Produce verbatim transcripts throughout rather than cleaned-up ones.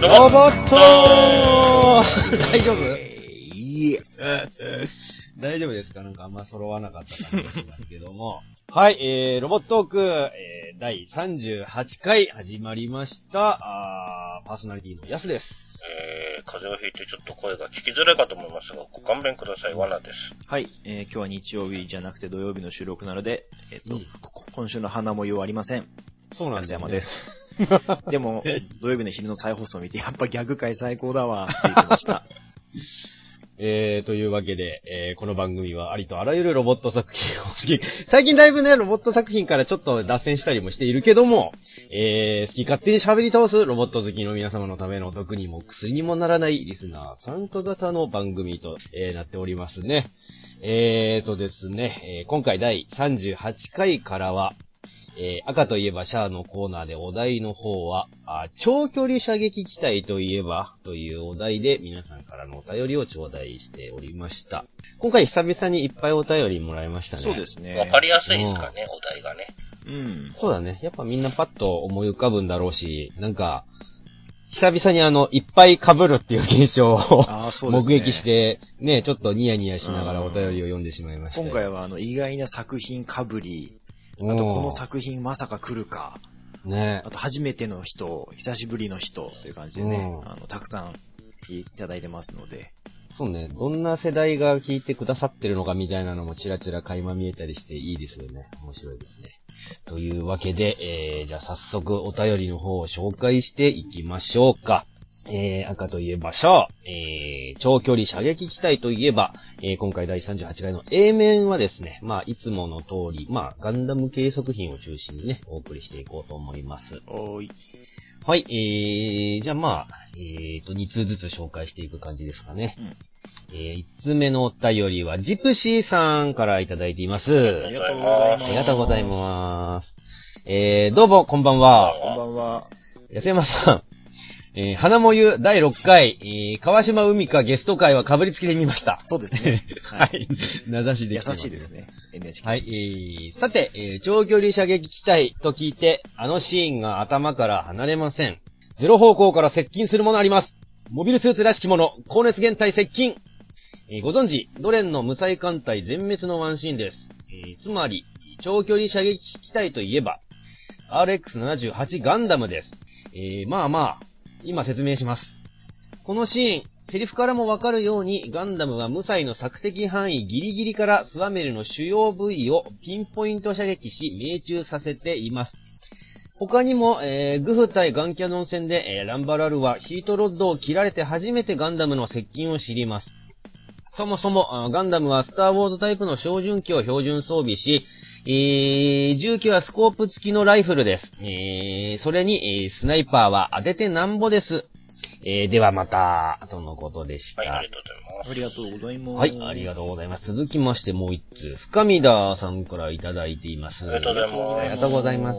ロボット大丈夫？いい大丈夫ですか？なんかあんま揃わなかった感じがしますけども。はい、えー、ロボットーク、えー、だいさんじゅうはちかい始まりました。あー、パーソナリティのヤスです。 えー、風邪をひいてちょっと声が聞きづらいかと思いますが、ご勘弁ください。ワナです。 はい、えー、今日は日曜日じゃなくて土曜日の収録なので、えっ、ー、と、うん、今週の花模様はありません。 そうなんですよ、ね。 山です。でも、土曜日の昼の再放送を見て、やっぱギャグ界最高だわ、って言ってました。 えー、というわけで、えー、この番組はありとあらゆるロボット作品を好き、最近だいぶね、ロボット作品からちょっと脱線したりもしているけども、えー、好き勝手に喋り倒すロボット好きの皆様のための毒にも薬にもならないリスナー参加型の番組と、えー、なっておりますね。えーとですね、えー、今回だいさんじゅうはちかいからは、えー、赤といえばシャアのコーナーでお題の方は、あ長距離射撃機体といえばというお題で皆さんからのお便りを頂戴しておりました。今回久々にいっぱいお便りもらいましたね。 そうですね。 わかりやすいですかね、お題がね。 うん。 そうだね。やっぱみんなパッと思い浮かぶんだろうし、なんか、久々にあの、いっぱい被るっていう現象を目撃して、ね、ちょっとニヤニヤしながらお便りを読んでしまいました。 今回はあの、意外な作品被り、あとこの作品まさか来るか。 ね。 あと初めての人、久しぶりの人という感じでね、うん、あの、たくさんいただいてますので。 そうね。どんな世代が聞いてくださってるのかみたいなのもちらちら垣間見えたりしていいですよね。面白いですね。というわけで、えー、じゃあ早速お便りの方を紹介していきましょうか。えー、赤といえばシャア、えー、長距離射撃機体といえば、えー、今回だいさんじゅうはちかいの A 面はですね、まあ、いつもの通り、まあ、ガンダム系作品を中心にね、お送りしていこうと思います。 おーい。 はい、えー、じゃあまあ、えーと、に通ずつ紹介していく感じですかね。うん、えー、いつつめのお便りは、ジプシーさんからいただいています。 ありがとうございます。 ありがとうございます。えー、どうも、こんばんは。 こんばんは。 安山さん。えー、花もゆだいろっかい、えー、川島海香ゲスト会は被りつきで見ました。 そうですね。 はい。名指しで。 優しいですね。エヌエイチケー。 はい、えー、さて、えー、長距離射撃機体と聞いて、あのシーンが頭から離れません。ゼロ方向から接近するものあります。モビルスーツらしきもの、高熱源体接近。えー、ご存知、ドレンの無彩艦隊全滅のワンシーンです。えー、つまり、長距離射撃機体といえば、アールエックスななじゅうはち ガンダムです。えー、まあまあ、今説明します。このシーン、セリフからもわかるように、ガンダムは無彩の索敵範囲ギリギリからスワメルの主要部位をピンポイント射撃し、命中させています。他にも、えー、グフ対ガンキャノン戦で、えー、ランバラルはヒートロッドを切られて初めてガンダムの接近を知ります。そもそも、ガンダムはスターウォーズタイプの照準機を標準装備し、えー、銃器はスコープ付きのライフルです。えー、それに、えー、スナイパーは当ててなんぼです。えー、ではまた、とのことでした。 はい、ありがとうございます。 ありがとうございます。 はい、ありがとうございます。続きましてもう一通、深見田さんからいただいています。 ありがとうございます。 ありがとうございます。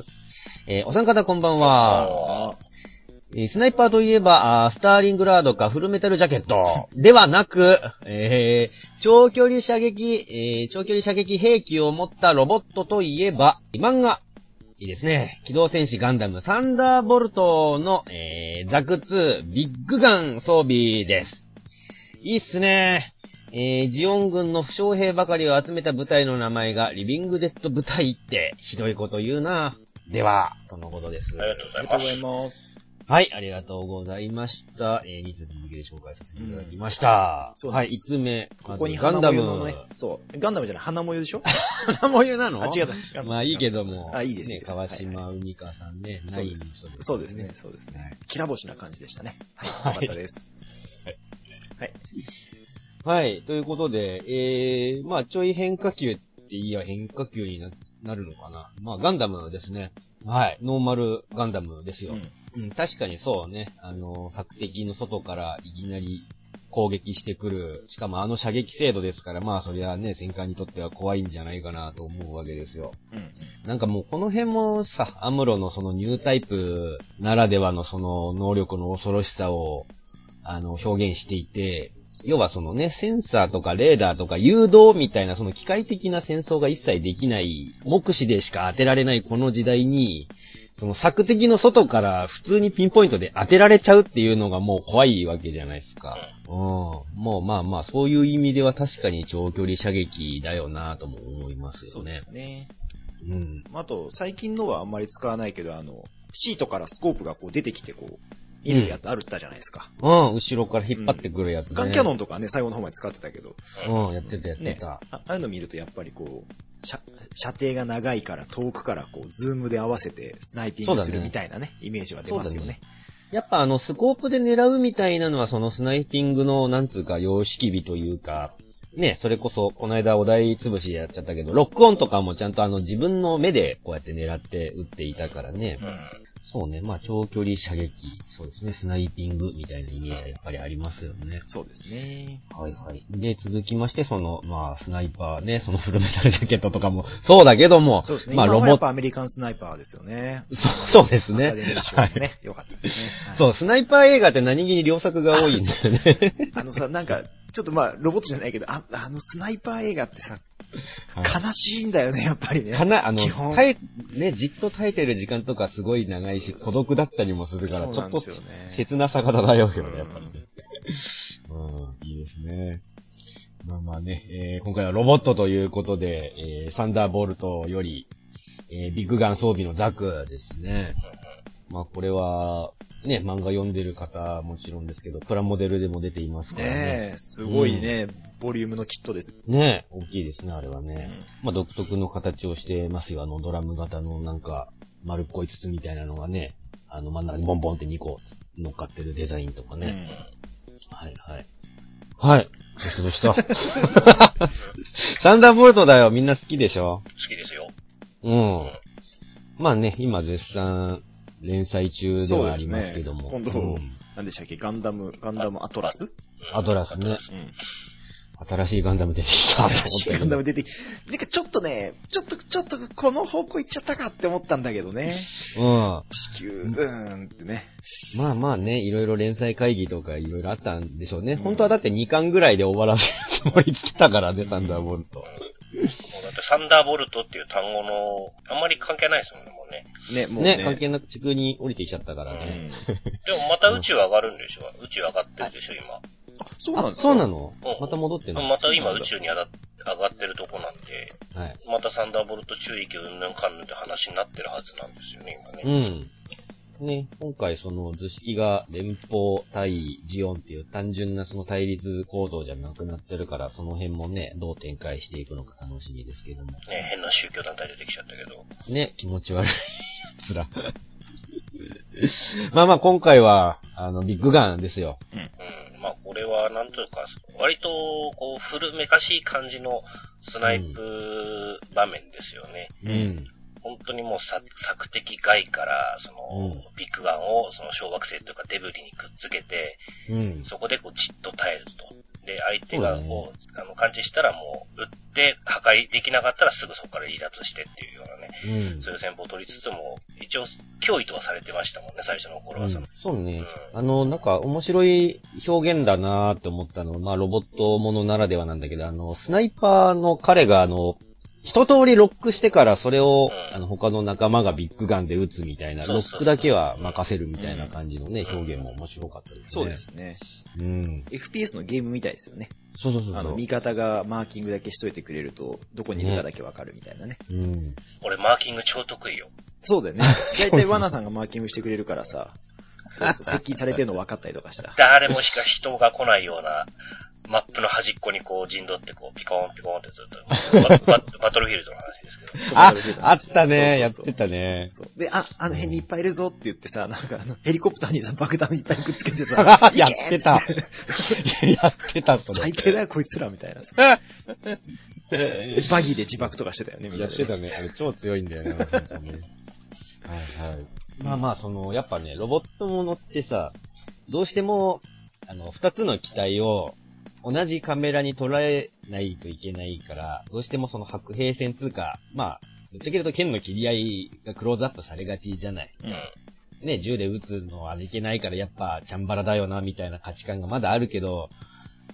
えー、お三方こんばんは。スナイパーといえば、スターリングラードかフルメタルジャケットではなく、えー、長距離射撃、えー、長距離射撃兵器を持ったロボットといえば、漫画。いいですね。機動戦士ガンダムサンダーボルトの、えー、ザクツービッグガン装備です。いいっすね。えー、ジオン軍の負傷兵ばかりを集めた部隊の名前がリビングデッド部隊ってひどいこと言うな。では、とのことです。 ありがとうございます。ありがとうございます。 はい、ありがとうございました。えー、につ続きで紹介させていただきました。うん、はい、いつつめ。 ここにガンダムのね、そう。ガンダムじゃない、花模様でしょ花模様なのあ、違う。 まあいいけども。 あ、いいですね。 川島海香さんね、ナインの人ですね。 そうですね、そうですね。きら星な感じでしたね。はい、よかったです。はい。はい。 はい、ということで、えー、まあちょい変化球っていいや変化球に な, なるのかな。まあガンダムですね。はい、ノーマルガンダムですよ。うんうん、確かにそうね。あの、索敵の外からいきなり攻撃してくる。しかもあの射撃精度ですから、まあそりゃね、戦艦にとっては怖いんじゃないかなと思うわけですよ。うん、なんかもうこの辺もさ、アムロのそのニュータイプならではのその能力の恐ろしさを、あの、表現していて、要はそのね、センサーとかレーダーとか誘導みたいなその機械的な戦争が一切できない、目視でしか当てられないこの時代に、 その索敵の外から普通にピンポイントで当てられちゃうっていうのがもう怖いわけじゃないですか。うん。もうまあまあ、そういう意味では確かに長距離射撃だよなとも思いますよね。 そうですね。 うん。 あと、最近のはあんまり使わないけど、あの、シートからスコープがこう出てきてこう、見るやつあるったじゃないですか。 うん、後ろから引っ張ってくるやつね。 ガンキャノンとかね、最後の方まで使ってたけど。 うん、やってたやってね、 た。 あああいうの見るとやっぱりこう、射、射程が長いから遠くからこう、ズームで合わせてスナイピングするみたいなね、イメージは出ますよね。 やっぱあの、スコープで狙うみたいなのはそのスナイピングの、なんつうか、様式美というか、ね、それこそ、この間お題潰しでやっちゃったけど、ロックオンとかもちゃんとあの、自分の目でこうやって狙って撃っていたからね。 うん。 そうね、まあ長距離射撃、そうですね、スナイピングみたいなイメージはやっぱりありますよね。 そうですね。 はいはい。で、続きまして、その、まあ、スナイパーね、そのフルメタルジャケットとかも、そうだけども、 そうですね。 まあ、ロボット。 やっぱアメリカンスナイパーですよね。 そう、そうですね。 アカデミー賞もね、よかったですね。はい、 そう、スナイパー映画って何気に良作が多いんだよね。 あのさ、なんか、ちょっとまあ、ロボットじゃないけど、あ、あのスナイパー映画ってさ、悲しいんだよね、やっぱりね。 かな、あの、耐え、ね、じっと耐えてる時間とかすごい長いし、孤独だったりもするから、ちょっと、切なさが漂うよね、やっぱりね。うん、いいですね。まあまあね、えー、今回はロボットということで、えー、サンダーボルトより、えー、ビッグガン装備のザクですね。まあこれは、ね、漫画読んでる方もちろんですけど、プラモデルでも出ていますからね。ねえ、すごいね、うん、ボリュームのキットです。 ねえ、大きいですね、あれはね。うん、まあ独特の形をしてますよ、あのドラム型のなんか、丸っこい筒みたいなのがね、あの真ん中にボンボンってにこ乗っかってるデザインとかね。うん、はいはい。はい。どうしたどうしたサンダーボルトだよ、みんな好きでしょ？ 好きですよ。 うん。うん、まあね、今絶賛、連載中ではありますけども。 ね、今度、うん、何でしたっけ、ガンダム、ガンダムアトラス？ アトラスね。うん。新しいガンダム出てきた。 新しいガンダム出てきた。なんかちょっとね、ちょっと、ちょっとこの方向行っちゃったかって思ったんだけどね。 うん。 地球、うーんってね。 まあまあね、いろいろ連載会議とかいろいろあったんでしょうね。うん、本当はだってにかんぐらいで終わらせるつもりつけたからね、サンダーボルト。 もうだってサンダーボルトっていう単語の、あんまり関係ないですもんね、もうね。 ね、もうね。ね、関係なく地空に降りてきちゃったからね。 うん、でもまた宇宙上がるんでしょ、宇宙上がってるでしょ、今。 あ、そうなんですか？ そうなの、うん、また戻ってんの？ また今宇宙に上がってるとこなんで、はい、またサンダーボルト中域うんぬんかんぬんって話になってるはずなんですよね、今ね。 うん。ね、今回その図式が連邦対ジオンっていう単純なその対立構造じゃなくなってるから、その辺もね、どう展開していくのか楽しみですけども。ね、 変な宗教団体出てきちゃったけど。 ね、気持ち悪いやつら。まあまあ今回は、あの、ビッグガンですよ。 うん。うん、まあこれはなんというか、割とこう古めかしい感じのスナイプ場面ですよね。 うん。うん本当にもう索敵外から、その、うん、ビッグガンをその小惑星というかデブリにくっつけて、うん、そこでこうじっと耐えると。で、相手がこう、あの、感知したらもう、撃って破壊できなかったらすぐそこから離脱してっていうようなね、うん、そういう戦法を取りつつも、一応、脅威とはされてましたもんね、最初の頃はその。 うん、そうね、うん。あの、なんか面白い表現だなーって思ったのは、まあロボットものならではなんだけど、あの、スナイパーの彼があの、一通りロックしてからそれを、うん、あの他の仲間がビッグガンで撃つみたいな、ロックだけは任せるみたいな感じのね、うん、表現も面白かったですね。 そうですね。 うん。 エフピーエス のゲームみたいですよね。 そうそうそうそう。 あの、味方がマーキングだけしといてくれると、どこにいるかだけわかるみたいなね。 うん。 俺マーキング超得意よ。 そうだよね。だいたいワナさんがマーキングしてくれるからさ、そうそう、接近されてるの分かったりとかした。 誰もしか人が来ないような、マップの端っこにこう陣取ってこうピコーンピコーンってずっとバ, バ, バトルフィールドの話ですけど。 あ、あったね、やってたね。 そうで、あ、あの辺にいっぱいいるぞって言ってさ、なんかあのヘリコプターにさ爆弾いっぱいくっつけてさ、 やってた。やってたそれ。 最低だよこいつらみたいなさ。バギーで自爆とかしてたよねみたいな。 やってたね。あれ超強いんだよね。本当にはいはい。まあまあそのやっぱねロボットものってさ、どうしてもあの二つの機体を同じカメラに捉えないといけないから、どうしてもその白兵戦通過、まあ、ぶっちゃけると剣の切り合いがクローズアップされがちじゃない。うん。ね、銃で撃つの味気ないからやっぱチャンバラだよな、みたいな価値観がまだあるけど、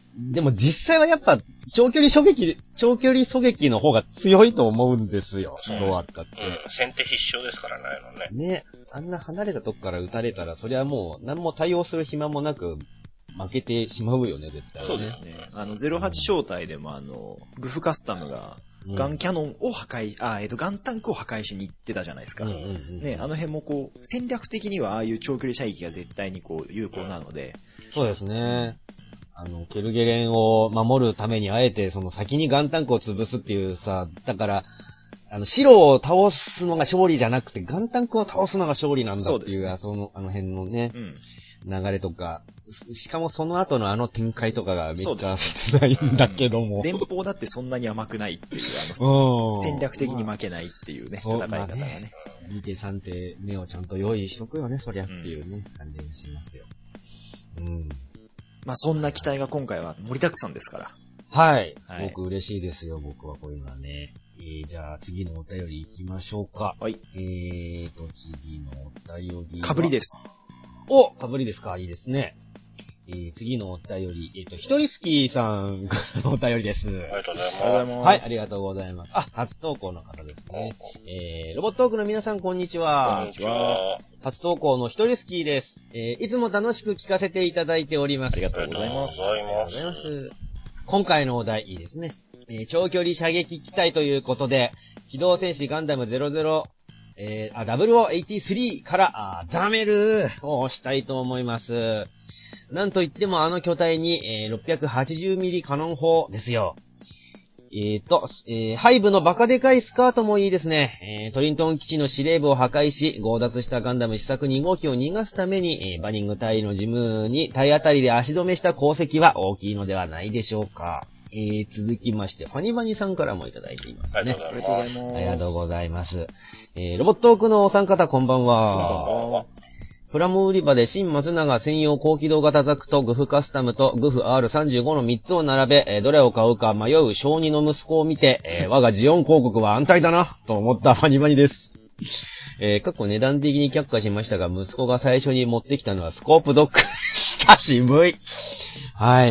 でも実際はやっぱ、長距離狙撃、長距離狙撃の方が強いと思うんですよ。どうあったって。 うん、先手必勝ですからね、あのね。ね。あんな離れたとこから撃たれたら、そりゃもう何も対応する暇もなく、負けてしまうよね、絶対、ね。 そうですね。あの、ゼロはち招待でもあの、グフカスタムが、ガンキャノンを破壊、うん、あ、えっと、ガンタンクを破壊しに行ってたじゃないですか。うんうんうん、ね、あの辺もこう、戦略的にはああいう長距離射撃が絶対にこう、有効なので。 そうですね。あの、ケルゲレンを守るためにあえて、その先にガンタンクを潰すっていうさ、だから、あの、白を倒すのが勝利じゃなくて、ガンタンクを倒すのが勝利なんだっていう、そ, う、ね、その、あの辺のね、うん、流れとか、しかもその後のあの展開とかがめっちゃ切ないんだけども。 連邦だってそんなに甘くないっていう、あの、戦略的に負けないっていうね、まあ、戦い方がね。ねにてさんて目をちゃんと用意しとくよね、そりゃっていうね、うん、感じがしますよ。うん。 まあそんな期待が今回は盛りだくさんですから。 はい。すごく嬉しいですよ、僕はこういうのはね。えー、じゃあ次のお便り行きましょうか。 はい。 えーと、次のお便りは。 かぶりです。 おかぶりですか、いいですね。えー、次のお便り、えっ、ー、と、ひとりすきさんからのお便りです。ありがとうございます。 はい、ありがとうございます。あ、初投稿の方ですね。えー、ロボットークの皆さん、こんにちは。 こんにちは。 初投稿のひとりすきです。えー、いつも楽しく聞かせていただいております。 ありがとうございます。 ありがとうございます。今回のお題、いいですね。えー、長距離射撃機体ということで、機動戦士ガンダムゼロゼロ、えー、あ、ダブルオーエイティースリー から、あ、ザメルを押したいと思います。なんといってもあの巨体に、えー、ろっぴゃくはちじゅうミリ カノン砲ですよ。えーと、えー、ハイブのバカでかいスカートもいいですね。えー、トリントン基地の司令部を破壊し、強奪したガンダム試作に号機を逃がすために、えー、バニング隊の事務に体当たりで足止めした功績は大きいのではないでしょうか。えー、続きまして、ファニバニさんからもいただいていますね。 ありがとうございます。 ありがとうございます。えー、ロボットークのお三方こんばんは。 こんばんは。 プラモ売り場で新松永専用高機動型ザクとグフカスタムとグフ アールさんじゅうご のみっつを並べ、えー、どれを買うか迷う小児の息子を見て、えー、我がジオン広告は安泰だな、と思ったファニバニです。えー、過去値段的に却下しましたが、息子が最初に持ってきたのはスコープドッグでした。渋い。はい。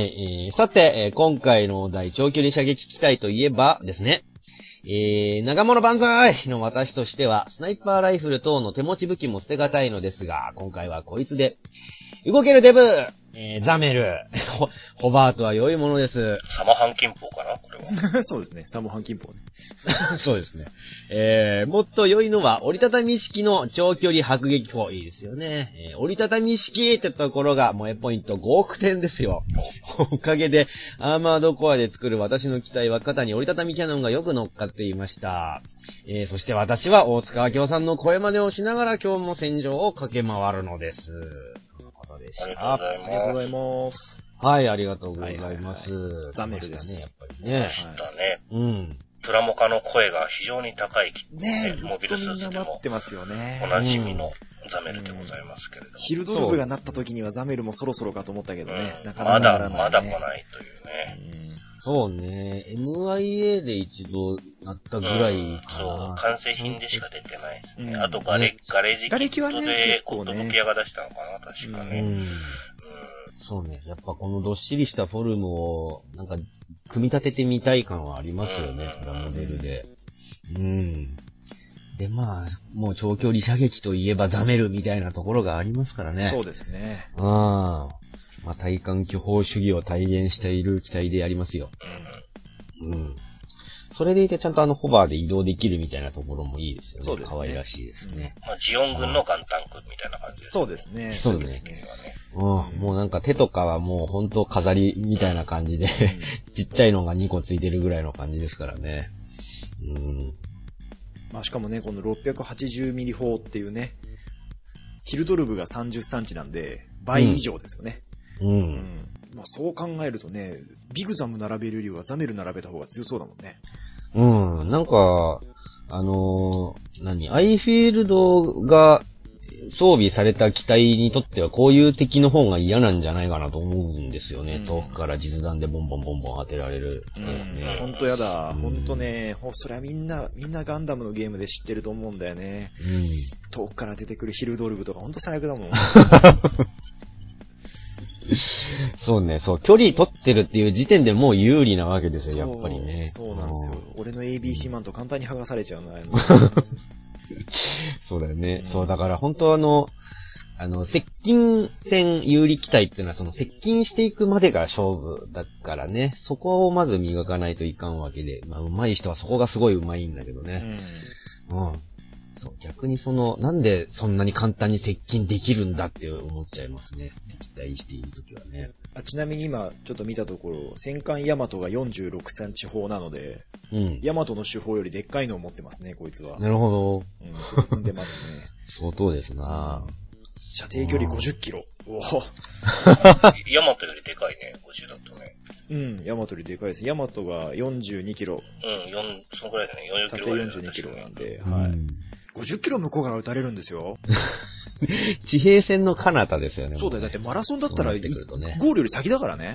えー、さて、えー、今回のお題、長距離射撃機体といえばですね、えー、長物万歳の私としては、スナイパーライフル等の手持ち武器も捨てがたいのですが、今回はこいつで、動けるデブえー、ザメルホ、ホバートは良いものです。 サマハン金砲かなこれは。 そうですね。サマハン金砲ね。 そうですね。えー、もっと良いのは、折りたたみ式の長距離迫撃砲。いいですよね。えー、折りたたみ式ってところが、萌えポイントごおくてんですよ。おかげで、アーマードコアで作る私の機体は肩に折りたたみキャノンがよく乗っかっていました。えー、そして私は大塚明夫さんの声真似をしながら今日も戦場を駆け回るのです。 ありがとうございます。 ありがとうございます。 はい、ありがとうございます。はいはいはい、 ザメルです。 やっぱりね。 でしたね。 うん。 プラモカの声が非常に高い、 ね、モビルスーツでもってますよね。 おなじみのザメルでございますけれども。うん、 ヒルドルブがなった時にはザメルもそろそろかと思ったけどね。 うん、 なかなかまだ、まだ来ないというね。 うん、そうね。エムアイエー で一度なったぐらいかな、うん。 そう、完成品でしか出てないですね。うん、あとガレ、ガレージキットで、コットブキアが出したのかな、確かね。うんそうね。やっぱこのどっしりしたフォルムを、なんか、組み立ててみたい感はありますよね。プラモデルで。うん。で、まあ、もう長距離射撃といえばザメルみたいなところがありますからね。 そうですね。 ああ。まあ、体感巨砲主義を体現している機体でありますよ。うん。それでいてちゃんとあのホバーで移動できるみたいなところもいいですよね。そうですね。可愛らしいですね。 うん、まあ、ジオン軍のガンタンクみたいな感じですね。 そうですね。 そうね。うん、もうなんか手とかはもうほんと飾りみたいな感じで、うん、ちっちゃいのがにこついてるぐらいの感じですからね。うん。 まあしかもね、この ろっぴゃくはちじゅうミリ 砲っていうね、ヒルドルブがさんじゅっセンチなんで、倍以上ですよね。 うん。うんうんまあそう考えるとね、ビグザム並べるよりはザメル並べた方が強そうだもんね。 うん、なんか、あのー、何、アイフィールドが装備された機体にとってはこういう敵の方が嫌なんじゃないかなと思うんですよね。うん、遠くから実弾でボンボンボンボン当てられる。 うんね、ほんとやだ。ほんとね、そりゃみんな、みんなガンダムのゲームで知ってると思うんだよね。うん、遠くから出てくるヒルドルブとかほんと最悪だもん。 そうね、そう、距離取ってるっていう時点でもう有利なわけですよ、やっぱりね。 そうなんですよ。俺の エービーシー マント簡単に剥がされちゃうの。 そうだよね。うん、そう、だから本当あの、あの、接近戦有利機体っていうのはその接近していくまでが勝負だからね。そこをまず磨かないといかんわけで。まあ、上手い人はそこがすごい上手いんだけどね。うん。うん。そう、逆にその、なんでそんなに簡単に接近できるんだって思っちゃいますね。敵対しているときはね。 あ、ちなみに今、ちょっと見たところ、戦艦ヤマトがよんじゅうろくセンチ砲なので、うん。ヤマトの主砲よりでっかいのを持ってますね、こいつは。 なるほど。 うん、積んでますね。 相当ですなぁ。 射程距離ごじゅっキロ。おぉ。 ヤマトよりでかいね、ごじゅうだとね。 うん、ヤマトよりでかいです。ヤマトがよんじゅうにキロ。 うん、よん、そのくらいだね、よんじゅっキロ。 射程よんじゅうにキロなんで、はい。ごじゅっキロ向こうから撃たれるんですよ。 地平線の彼方ですよね。 そうだよ。だってマラソンだったら、ね、ゴールより先だからね。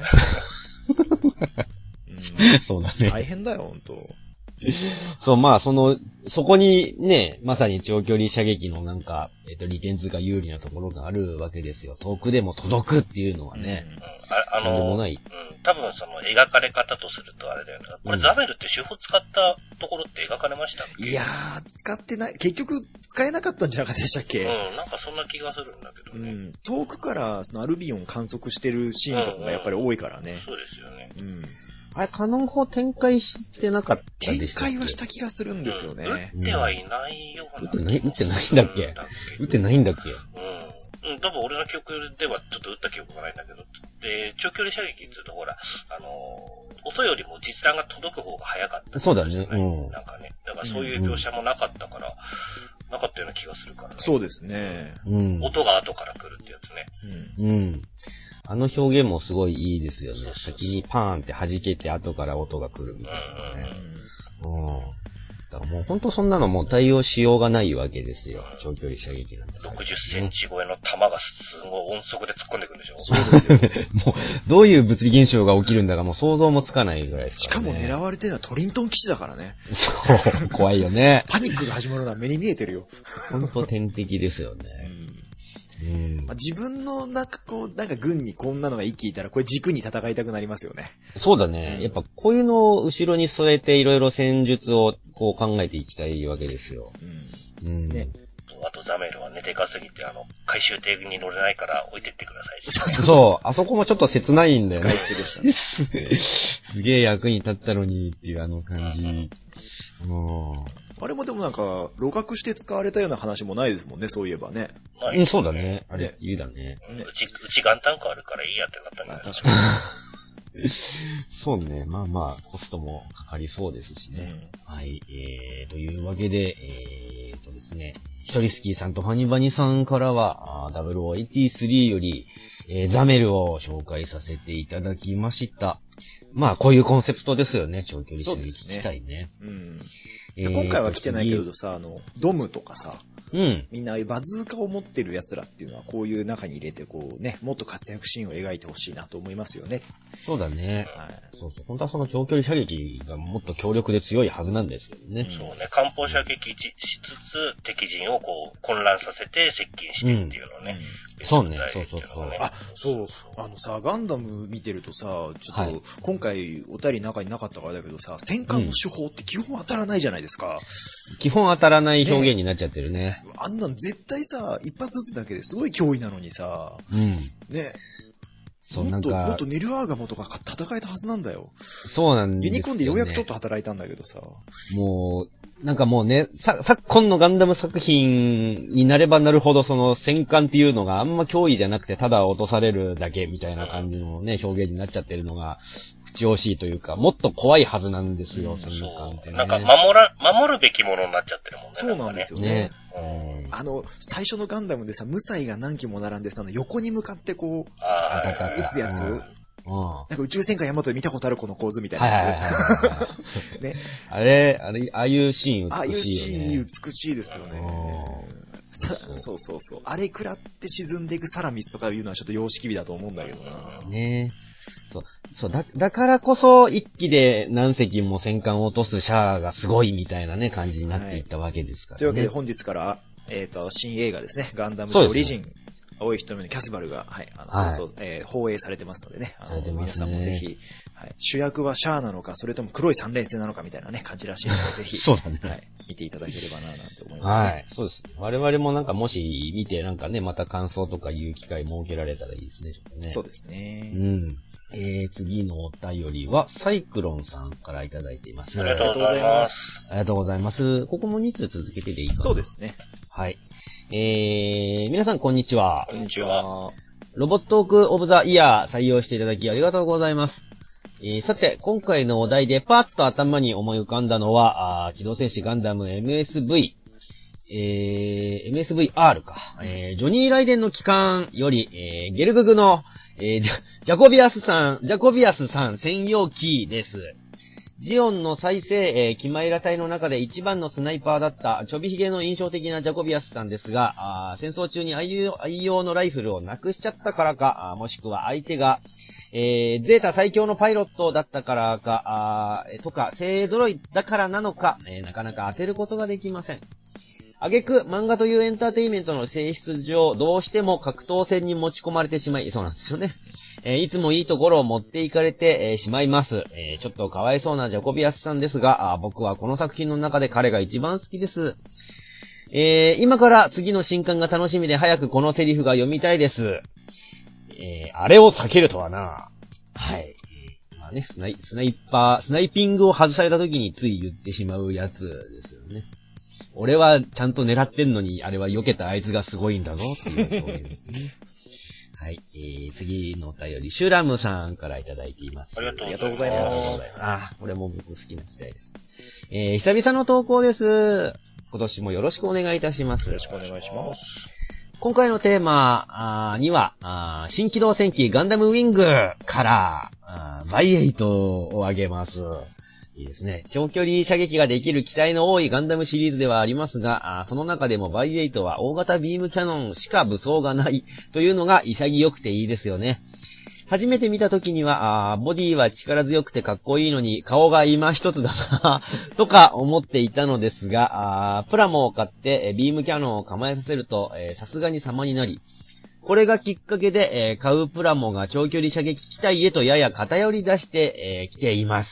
うん、そうだね。 大変だよ、ほんと。 そう、まあ、その、そこにね、まさに長距離射撃のなんか、えっと、利点通過有利なところがあるわけですよ。遠くでも届くっていうのはね。 うん、あ, あの、でもない。うん、多分その描かれ方とするとあれだよね。これザメルって手法使ったところって描かれましたっけ？ いやー、使ってない。結局、使えなかったんじゃなかったでしたっけ？ うん、なんかそんな気がするんだけどね。うん、 遠くからそのアルビオン観測してるシーンとかがやっぱり多いからね。うんうん、 そうですよね。 うん。 あれ、カノン砲展開してなかったでしたっけ？ 展開はした気がするんですよね。 うん、撃ってはいないような。 撃ってない、撃ってないんだっけ？撃ってないんだっけ？ うん。うん、多分俺の記憶ではちょっと撃った記憶がないんだけど、で、長距離射撃って言うとほら、あのー、音よりも実弾が届く方が早かった。 そうだね。うん。 なんかね。だからそういう描写もなかったから、うん、なかったような気がするからね。 そうですね。 うん。音が後から来るってやつね。 うん。うん。あの表現もすごいいいですよね。そうそうそう、先にパーンって弾けて後から音が来るみたいなね。うん、うん。だからもう本当そんなのもう対応しようがないわけですよ。長距離射撃なんて、ね。 ろくじゅっセンチ超えの弾がすごい音速で突っ込んでくるんでしょ？ そうですよ。もう、どういう物理現象が起きるんだかもう想像もつかないぐらいですからね。 しかも狙われてるのはトリントン基地だからね。 そう、怖いよね。 パニックが始まるのは目に見えてるよ。 本当天敵ですよね。 うんまあ、自分のなんかこう、なんか軍にこんなのが一気いたら、これ軸に戦いたくなりますよね。 そうだね。うん、やっぱこういうのを後ろに添えていろいろ戦術をこう考えていきたいわけですよ。うん。うん。ね。 あとザメルはね、でかすぎて、あの、回収艇に乗れないから置いてってください。 そう、あそこもちょっと切ないんだよね。 使い捨てでしたね。 すげえ役に立ったのにっていうあの感じ。うん。うんあれもでもなんか、露覚して使われたような話もないですもんね、そういえばね。 うん、そうだね。あれ、言うだね。 うち、うち元旦個あるからいいやってなったんだ、 まあ、確かに。 そうね。まあまあ、コストもかかりそうですしね。うん、はい。えー、というわけで、えーとですね、ひとりスキーさんとファニバニさんからは、ダブルオーエイティースリー より、えー、ザメルを紹介させていただきました。まあ、こういうコンセプトですよね。長距離射撃機体ね。うん。 えー、今回は来てないけどさ、あの、ドムとかさ、 うん。 みんなああいうバズーカを持ってる奴らっていうのはこういう中に入れてこうね、もっと活躍シーンを描いてほしいなと思いますよね。 そうだね。はい。そうそう。本当はその長距離射撃がもっと強力で強いはずなんですけどね。 そうね。艦砲射撃しつつ敵陣をこう混乱させて接近してっていうのをね。 うん、そうね。そうそうそう。 あ、そう。あのさ、ガンダム見てるとさ、ちょっと、はい、今回お便り中になかったからだけどさ、戦艦の手法って基本当たらないじゃないですか。 うん、基本当たらない表現になっちゃってるね。ねあんなの絶対さ、一発撃つだけですごい脅威なのにさ、 うん。 ね。 そうなんかもっと、もっとネルアーガモとか戦えたはずなんだよ。 そうなんですよ、ね。 ユニコーンでようやくちょっと働いたんだけどさ。 もう、なんかもうね、さ、昨今のガンダム作品になればなるほどその戦艦っていうのがあんま脅威じゃなくてただ落とされるだけみたいな感じのね、表現になっちゃってるのが、口惜しいというか、もっと怖いはずなんですよ、うん、戦艦ってね。 なんか守ら、守るべきものになっちゃってるもんね。 そうなんですよね。 ねうん、あの、最初のガンダムでさ、無彩が何機も並んでさ、横に向かってこう、撃つやつ。なんか宇宙戦艦ヤマトで見たことあるこの構図みたいなやつ。ね。 あれ、あれ、ああいうシーン美しいよね。 ああいうシーン美しいですよね。そうそうそう。あれ食らって沈んでいくサラミスとかいうのはちょっと様式美だと思うんだけどな。 ねそう。そう、だ、だからこそ一機で何隻も戦艦を落とすシャアがすごいみたいなね、感じになっていったわけですからね。 はい、というわけで本日から、えっと、新映画ですね。ガンダムオリジン。 青い瞳のキャスバルが、はい、あの、 はい放送、えー、放映されてますのでね。あの、 されてますね皆さんもぜひ、はい、主役はシャアなのか、それとも黒い三連星なのかみたいなね、感じらしいので、ぜひ、 そうだね。 はい、見ていただければな、なんて思いますね。 はい。そうです。我々もなんかもし見てなんかね、また感想とかいう機会設けられたらいいですね、ちょっとね。 そうですね。 うん。えー、次のお便りは、サイクロンさんからいただいています。 ありがとうございます。 ありがとうございます。ここもに通続けてでいいかな。 そうですね。 はい。えー、皆さんこんにちは。 こんにちは。 ロボットークオブザイヤー採用していただきありがとうございます。えー、さて、今回のお題でパッと頭に思い浮かんだのは、あ機動戦士ガンダム エムエスブイ、えー、エムエスブイアール か。えー、ジョニー・ライデンの帰還より、えー、ゲルググの、えー、ジャ、ジャコビアスさん、ジャコビアスさん専用機です。ジオンの再生、えー、キマイラ隊の中で一番のスナイパーだったちょびひげの印象的なジャコビアスさんですが、あ戦争中に愛用、愛用のライフルをなくしちゃったからか、あもしくは相手が、えー、ゼータ最強のパイロットだったからか、あとか、精揃いだからなのか、えー、なかなか当てることができません。挙句、漫画というエンターテインメントの性質上、どうしても格闘戦に持ち込まれてしまい、そうなんですよね。えー、いつもいいところを持っていかれて、えー、しまいます。えー、ちょっとかわいそうなジャコビアスさんですが、あ僕はこの作品の中で彼が一番好きです。えー、今から次の新刊が楽しみで早くこのセリフが読みたいです。えー、あれを避けるとはな。はい。えー、まあね、スナイ、スナイパー、スナイピングを外された時につい言ってしまうやつですよね。俺はちゃんと狙ってんのに、あれは避けたあいつがすごいんだぞっていう表現ですね。はい。えー、次のお便り、シュラムさんからいただいています。 ありがとうございます。 あ、これも僕好きな機体です。えー、久々の投稿です。今年もよろしくお願いいたします。 よろしくお願いします。 今回のテーマには、新機動戦機ガンダムウィングから、バイエイトを挙げます。いいですね。長距離射撃ができる機体の多いガンダムシリーズではありますが、その中でもバイエイトは大型ビームキャノンしか武装がないというのが潔くていいですよね。初めて見た時には、あボディは力強くてかっこいいのに顔が今一つだなとか思っていたのですが、あプラモを買ってビームキャノンを構えさせると、さすがに様になり、これがきっかけで、えー、買うプラモが長距離射撃機体へとやや偏り出してき、えー、ています。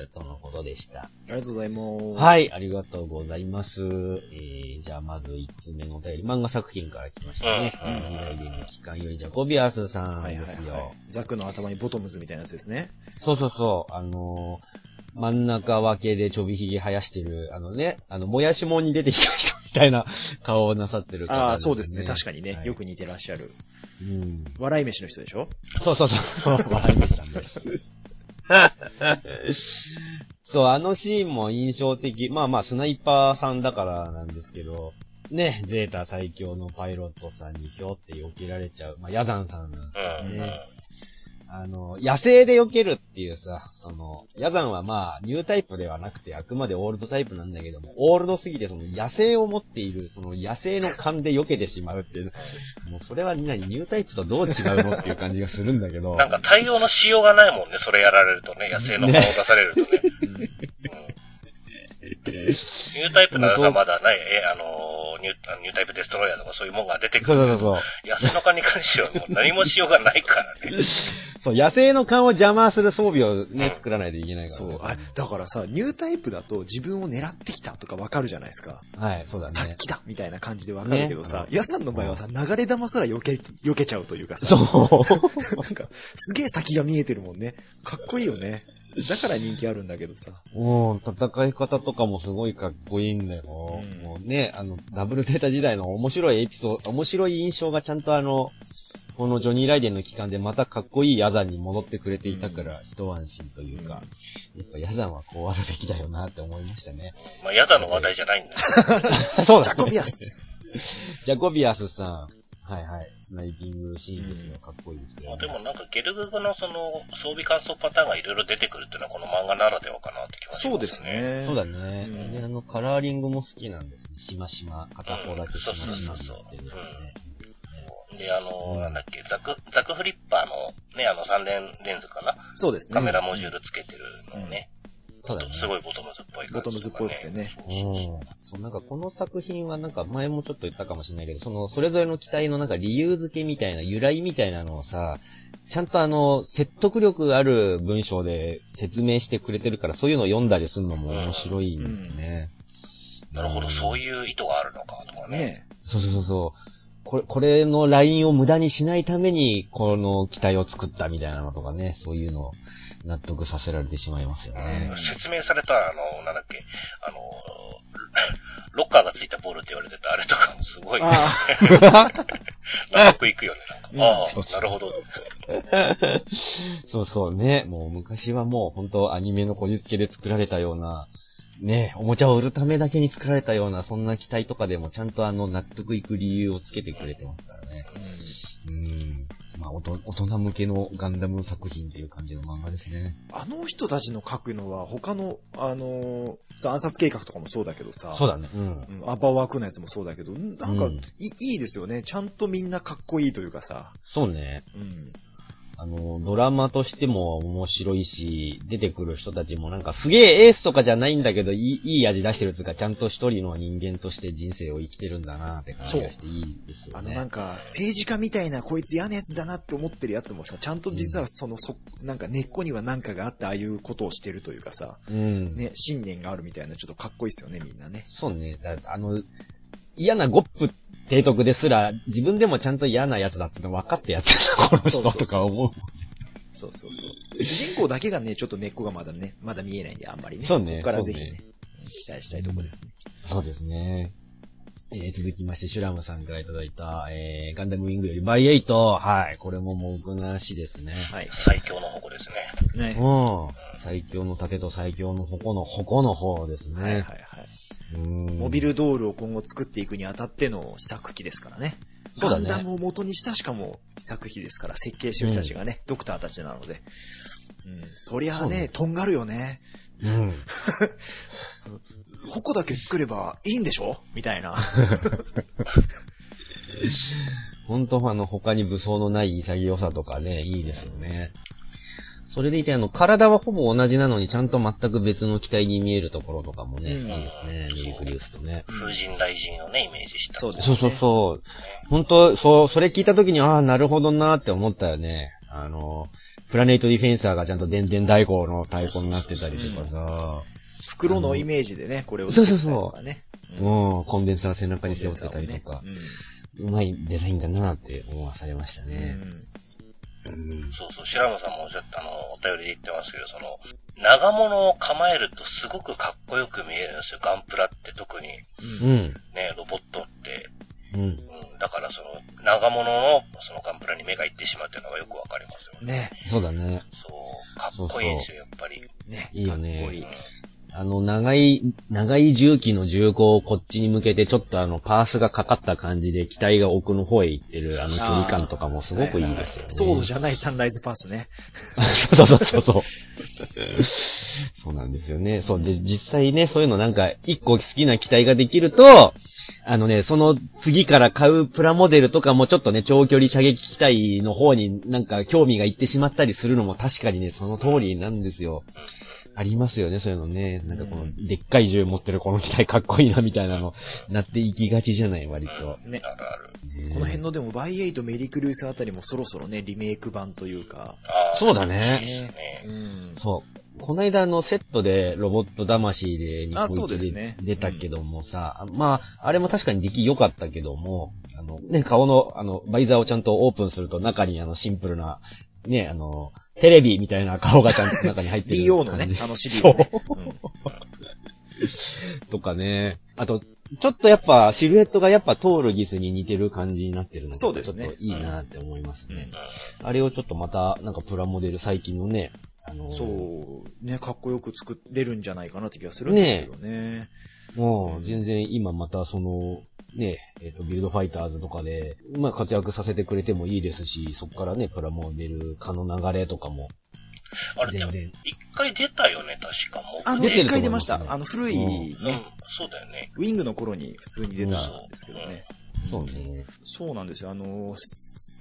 とのことでした。ありがとうございます。 はい、ありがとうございます。えー、じゃあまずいつつめのお便り、漫画作品から来ましたね。うん。未来伝の期間よりジャコビアスさんですよ、はいはいはい。 ザクの頭にボトムズみたいなやつですね。 そうそうそう。あのー、真ん中分けでちょびひげ生やしてる、あのね、あの、もやしもんに出てきた人みたいな顔をなさってる方、ね。 ああ、そうですね。確かにね、はい、よく似てらっしゃる。うん。笑い飯の人でしょ？ そうそうそう。笑い飯さんです。そう、あのシーンも印象的。まあまあ、スナイパーさんだからなんですけど、ね、ゼータ最強のパイロットさんにひょって避けられちゃう。まあ、ヤザンさんなんですね。あの、野生で避けるっていうさ、その、ヤザンはまあ、ニュータイプではなくて、あくまでオールドタイプなんだけども、オールドすぎて、その、野生を持っている、その、野生の勘で避けてしまうっていう、もう、それは何、ニュータイプとどう違うのっていう感じがするんだけど。 なんか対応のしようがないもんね、それやられるとね、野生の顔を出されるとね。ねうんうんニュータイプならさ、まだない、え、あのーニュ、ニュータイプデストロイヤーとかそういうもんが出てくる。 そうそうそう。 野生の勘に関してはもう何もしようがないからね。 そう、野生の勘を邪魔する装備をね、うん、作らないといけないから、 ね。そう。あ、だからさ、ニュータイプだと自分を狙ってきたとかわかるじゃないですか。 はい、そうだね。 さっきだみたいな感じでわかるけどさ、ね、ヤスさんの場合はさ、流れ玉すら避け、避けちゃうというかさ。 そう。 なんか、すげえ先が見えてるもんね。かっこいいよね。だから人気あるんだけどさ。 うん、戦い方とかもすごいかっこいいんだよ。うん、もうね、あの、ダブルゼータ時代の面白いエピソード、面白い印象がちゃんとあの、このジョニー・ライデンの期間でまたかっこいいヤザンに戻ってくれていたから、一安心というか、やっぱヤザンはこうあるべきだよなって思いましたね。 まあ、ヤザンの話題じゃないんだよ。そうだ。ジャコビアス。 ジャコビアスさん。はいはい。スナイピングシーンですよ。かっこいいですよ、 ね。でもなんかゲルググのその装備乾燥パターンがいろいろ出てくるっていうのはこの漫画ならではかなって気がしますね。 そうですね。 そうだね。うん、で、あの、カラーリングも好きなんですね。しましま。片方だけしましま、うん。そうそうそうそう。 で、あの、うん、なんだっけ、ザク、ザクフリッパーのね、あのさん連レンズかな。 そうですね。 カメラモジュールつけてるのをね。 ただね、すごいボトムズっぽい感じ、ね。 ボトムズっぽくてね。 そうそうそう。そう、なんかこの作品はなんか前もちょっと言ったかもしれないけど、そのそれぞれの機体のなんか理由付けみたいな、由来みたいなのをさ、ちゃんとあの、説得力ある文章で説明してくれてるから、そういうのを読んだりするのも面白いんですね。 うんうん、なるほど、そういう意図があるのか、とかね。ね、 そうそうそうそう。これ、これのラインを無駄にしないために、この機体を作ったみたいなのとかね、そういうのを納得させられてしまいますよね。 うん、説明されたら、あの、なんだっけ、あの、ロッカーがついたボールって言われてたあれとかもすごい、ね、納得いくよね。なんかああ、なるほど。 そうそうね。もう昔はもう本当アニメのこじつけで作られたような、ね、おもちゃを売るためだけに作られたような、そんな機体とかでもちゃんとあの納得いく理由をつけてくれてますからね。うん。うんまあ、大人向けのガンダム作品っていう感じの漫画ですね。 あの人たちの書くのは他の、あのー、暗殺計画とかもそうだけどさ。 そうだね。うん。 うん、アバワークのやつもそうだけど、なんか、うん、い, いいですよね。ちゃんとみんなかっこいいというかさ。 そうね。うん。あの、ドラマとしても面白いし、出てくる人たちもなんかすげえエースとかじゃないんだけど、いい、いい味出してるっていうか、ちゃんと一人の人間として人生を生きてるんだなって感じがしていいですよね。 あのなんか、政治家みたいなこいつ嫌なやつだなって思ってるやつもさ、ちゃんと実はその、そ、なんか根っこには何かがあってああいうことをしてるというかさ、うん。ね、信念があるみたいなちょっとかっこいいですよね、みんなね。 そうね。だあの、嫌なゴップ提督ですら、自分でもちゃんと嫌なやつだっての分かってやってるこの人とか思う。 そうそうそう。主人公だけがね、ちょっと根っこがまだね、まだ見えないんで、あんまりね。 そうね。 ここからぜひね、ね期待したいところですね。 そうですね。えー、続きまして、シュラムさんからいただいた、えー、ガンダムウィングよりバイエイト。はい。これも文句なしですね。 はい。最強の矛ですね。 ね。うん。最強の盾と最強の矛の矛の方ですね。はいはいはい。 うんモビルドールを今後作っていくにあたっての試作機ですからね。ガンダムを元にしたしかも試作機ですから、設計してる人たちがね、うん、ドクターたちなので。うん、そりゃあね、とんがるよね。うん。矛だけ作ればいいんでしょみたいな。 本当あの、他に武装のない潔さとかね、いいですよね。それでいてあの、体はほぼ同じなのにちゃんと全く別の機体に見えるところとかもね、うん、いいですね。ミリクリウスとね。 風神雷神をね、イメージした。 そうですね。そうそうそう。本当そう、それ聞いた時に、ああ、なるほどなーって思ったよね。あの、プラネートディフェンサーがちゃんと電電大砲の太鼓になってたりとかさ。 袋のイメージでね、これを作ったりとかね。 そうそうそう。うん、コンデンサー背中に背負ってたりとか。ねうん、うまいデザインだなーって思わされましたね。うんうん、そうそう、白野さんもおっしゃったあの、お便りで言ってますけど、その、長物を構えるとすごくかっこよく見えるんですよ、ガンプラって特に。うん。ね、ロボットって。うん。うん、だからその、長物のそのガンプラに目がいってしまうっていうのがよくわかりますよね。 ね。そうだね。 そう、かっこいいですよ、やっぱり。 ね。いいよね。かっこいい。うんあの、長い、長い重機の銃口をこっちに向けて、ちょっとあの、パースがかかった感じで、機体が奥の方へ行ってる、あの距離感とかもすごくいいですよね。 ソードじゃないサンライズパースね。 そうそうそうそう。そうなんですよね。そう、で、実際ね、そういうのなんか、一個好きな機体ができると、あのね、その次から買うプラモデルとかもちょっとね、長距離射撃機体の方になんか興味がいってしまったりするのも確かにね、その通りなんですよ。ありますよね、そういうのね。なんかこの、でっかい銃持ってるこの機体かっこいいなみたいなの、なっていきがちじゃない、割と。 ね。あるある。ね、この辺のでも、バイエイトメリークルースあたりもそろそろね、リメイク版というか。 そうだね。ねうん、そう。この間のセットでロボット魂で日本一で出たけどもさ、ねうん、まあ、あれも確かに出来良かったけども、あの、ね、顔の、あの、バイザーをちゃんとオープンすると中にあの、シンプルな、ね、あの、テレビみたいな顔がちゃんと中に入ってる。 ビーオー のね、あのシリーズ、ね。そう。うん、 とかね。あと、ちょっとやっぱシルエットがやっぱトールギスに似てる感じになってるので、そうですね。ちょっといいなって思いますね、うん。あれをちょっとまた、なんかプラモデル最近のね、 あのー、そう、ね、かっこよく作れるんじゃないかなって気がするんですけどね。ねもう、全然今またその、ね、えっと、ビルドファイターズとかで、まあ活躍させてくれてもいいですし、そこからね、プラモデル化の流れとかも。 あれでも、一回出たよね、確かもう。 あの、一回出ました。あの、古いね、 うんうん。そうだよね。 ウィングの頃に普通に出たんですけどね。 そうね。 そうなんですよ。あの、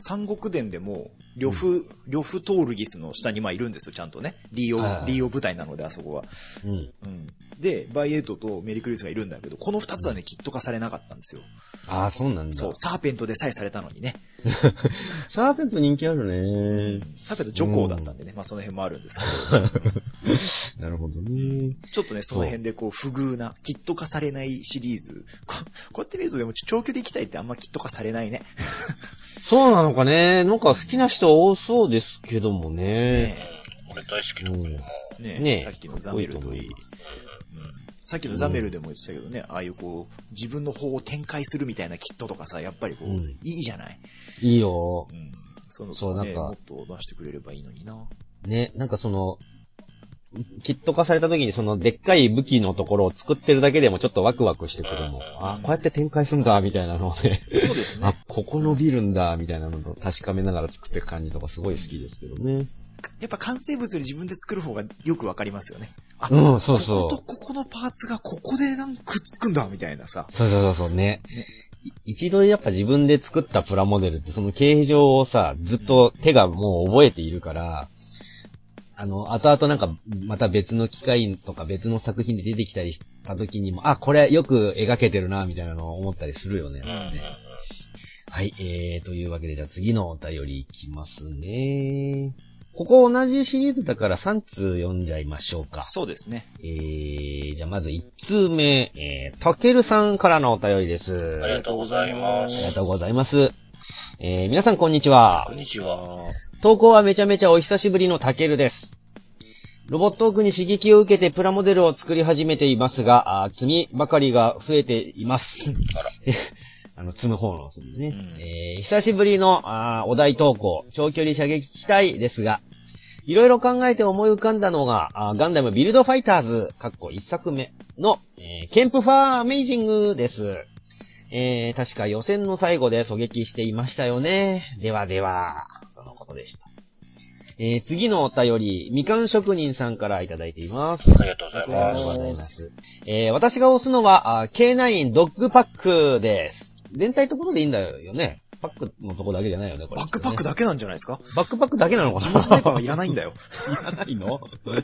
三国伝でも、呂布、呂布トールギスの下にまあいるんですよ、ちゃんとね。リーオ、リーオ部隊なので、あそこは。うん。うん。で、バイエイトとメリクリスがいるんだけど、この二つはね、キット化されなかったんですよ。 ああ、そうなんだ。 そう、サーペントでさえされたのにね。 サーペント人気あるね。 サーペント女皇だったんでね、うん、まあその辺もあるんですけど。 なるほどね。 ちょっとね、その辺でこう、不遇な、キット化されないシリーズ。こ, こうやって見るとでも、長距離機体ってあんまキット化されないね。 そうなのかね。なんか好きな人多そうですけどもね。ね俺大好きだけどな。 ね, ねさっきのザメルといい。うん、さっきのザメルでも言ってたけどね、うん、ああいうこう、自分の方を展開するみたいなキットとかさ、やっぱりこう、うん、いいじゃない。 いいよ。 うん。その、そう、ね、なんか、もっと出してくれればいいのにな。 ね、なんかその、キット化された時にそのでっかい武器のところを作ってるだけでもちょっとワクワクしてくるもん。あ、こうやって展開するんだ、みたいなのをね。 そうですね。 あ、ここ伸びるんだ、みたいなのと確かめながら作っていく感じとかすごい好きですけどね。 やっぱ完成物より自分で作る方がよくわかりますよね。あ、 うん、そうそう。 こことここのパーツがここでなんかくっつくんだ、みたいなさ。 そうそうそうね。ね、一度やっぱ自分で作ったプラモデルってその形状をさ、ずっと手がもう覚えているから、あの、後々なんか、また別の機械とか別の作品で出てきたりした時にも、あ、これよく描けてるな、みたいなのを思ったりするよね。ね、はい、えー、というわけで、じゃあ次のお便りいきますね。ここ同じシリーズだからさん通読んじゃいましょうか。 そうですね。 えー、じゃあまずいち通目、えー、たけるさんからのお便りです。 ありがとうございます。 ありがとうございます。えー、皆さんこんにちは。 こんにちは。 投稿はめちゃめちゃお久しぶりのたけるです。ロボットークに刺激を受けてプラモデルを作り始めていますが、あ積みばかりが増えています。あら。あの、積む方のですね。うん、えー、久しぶりのあお題投稿、長距離射撃機体ですが、いろいろ考えて思い浮かんだのが、あガンダムビルドファイターズ、かっこいっさくめの、えー、ケンプファーアメイジングです。えー、確か予選の最後で狙撃していましたよね。ではでは、そのことでした。えー、次のお便り、みかん職人さんからいただいています。 ありがとうございます。ありがとうございます。 えー、私が押すのは、ケーナイン ドッグパックです。全体ところでいいんだよね。パックのところだけじゃないよね、これ、ね。 バックパックだけなんじゃないですか？ バックパックだけなのかな？ 自分スナイパーはいらないんだよ。 いらないの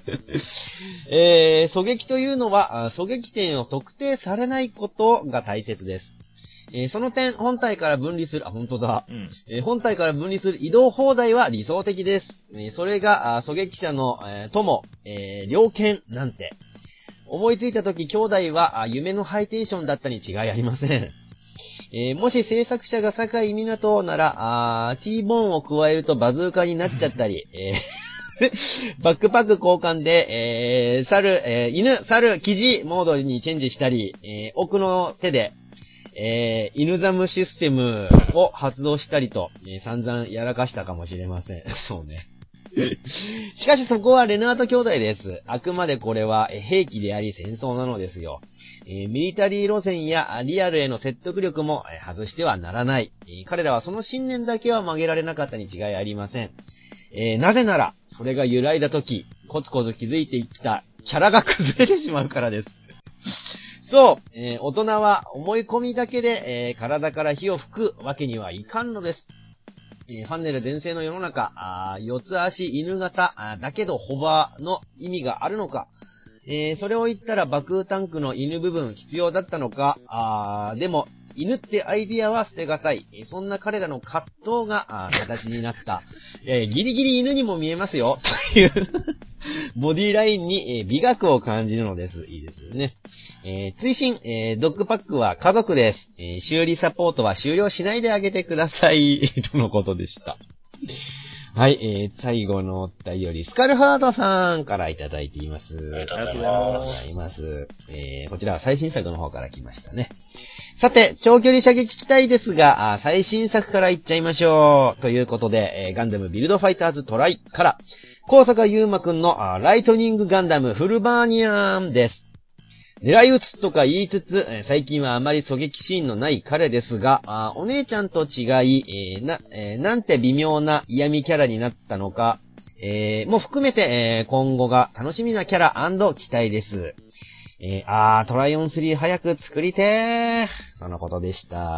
えー、狙撃というのは、狙撃点を特定されないことが大切です。えー、その点、本体から分離する、あ、本当だ。うんえー、本体から分離する移動砲台は理想的です。えー、それが、狙撃者の、えー、友、えー、猟犬なんて。思いついたとき、兄弟は夢のハイテンションだったに違いありません。えー、もし制作者が堺港なら、あー T ボーンを加えるとバズーカになっちゃったり、えー、バックパック交換で、えー、猿、えー、犬、猿、キジモードにチェンジしたり、えー、奥の手で、えー、犬ザムシステムを発動したりと、えー、散々やらかしたかもしれません。そうね。しかしそこはレナート兄弟です。あくまでこれは兵器であり戦争なのですよ。えー、ミリタリー路線やリアルへの説得力も外してはならない。えー、彼らはその信念だけは曲げられなかったに違いありません。えー、なぜなら、それが揺らいだとき、コツコツ築いてきたキャラが崩れてしまうからです。そう、えー、大人は思い込みだけで、えー、体から火を吹くわけにはいかんのです。えー、ファンネル全盛の世の中、あ四つ足犬型あだけどホバーの意味があるのか、えー、それを言ったら爆風タンクの犬部分必要だったのか、あでも犬ってアイディアは捨てがたい。えー、そんな彼らの葛藤が形になった。えー、ギリギリ犬にも見えますよ。というボディラインに、えー、美学を感じるのです。いいですよね。えー、追伸、えー、ドッグパックは家族です。えー、修理サポートは終了しないであげてください。とのことでした。はい、えー、最後のお便り、スカルハードさんからいただいています。 ありがとうございます。えー、こちらは最新作の方から来ましたね。さて、長距離射撃機体ですが、最新作からいっちゃいましょう。ということで、えー、ガンダムビルドファイターズトライから、高坂優馬くんのライトニングガンダムフルバーニアンです。狙い撃つとか言いつつ、最近はあまり狙撃シーンのない彼ですが、あお姉ちゃんと違い、えーなえー、なんて微妙な嫌味キャラになったのか、えー、も含めて、えー、今後が楽しみなキャラ&期待です。えー、あー、トライオンスリー早く作りてー。そのことでした。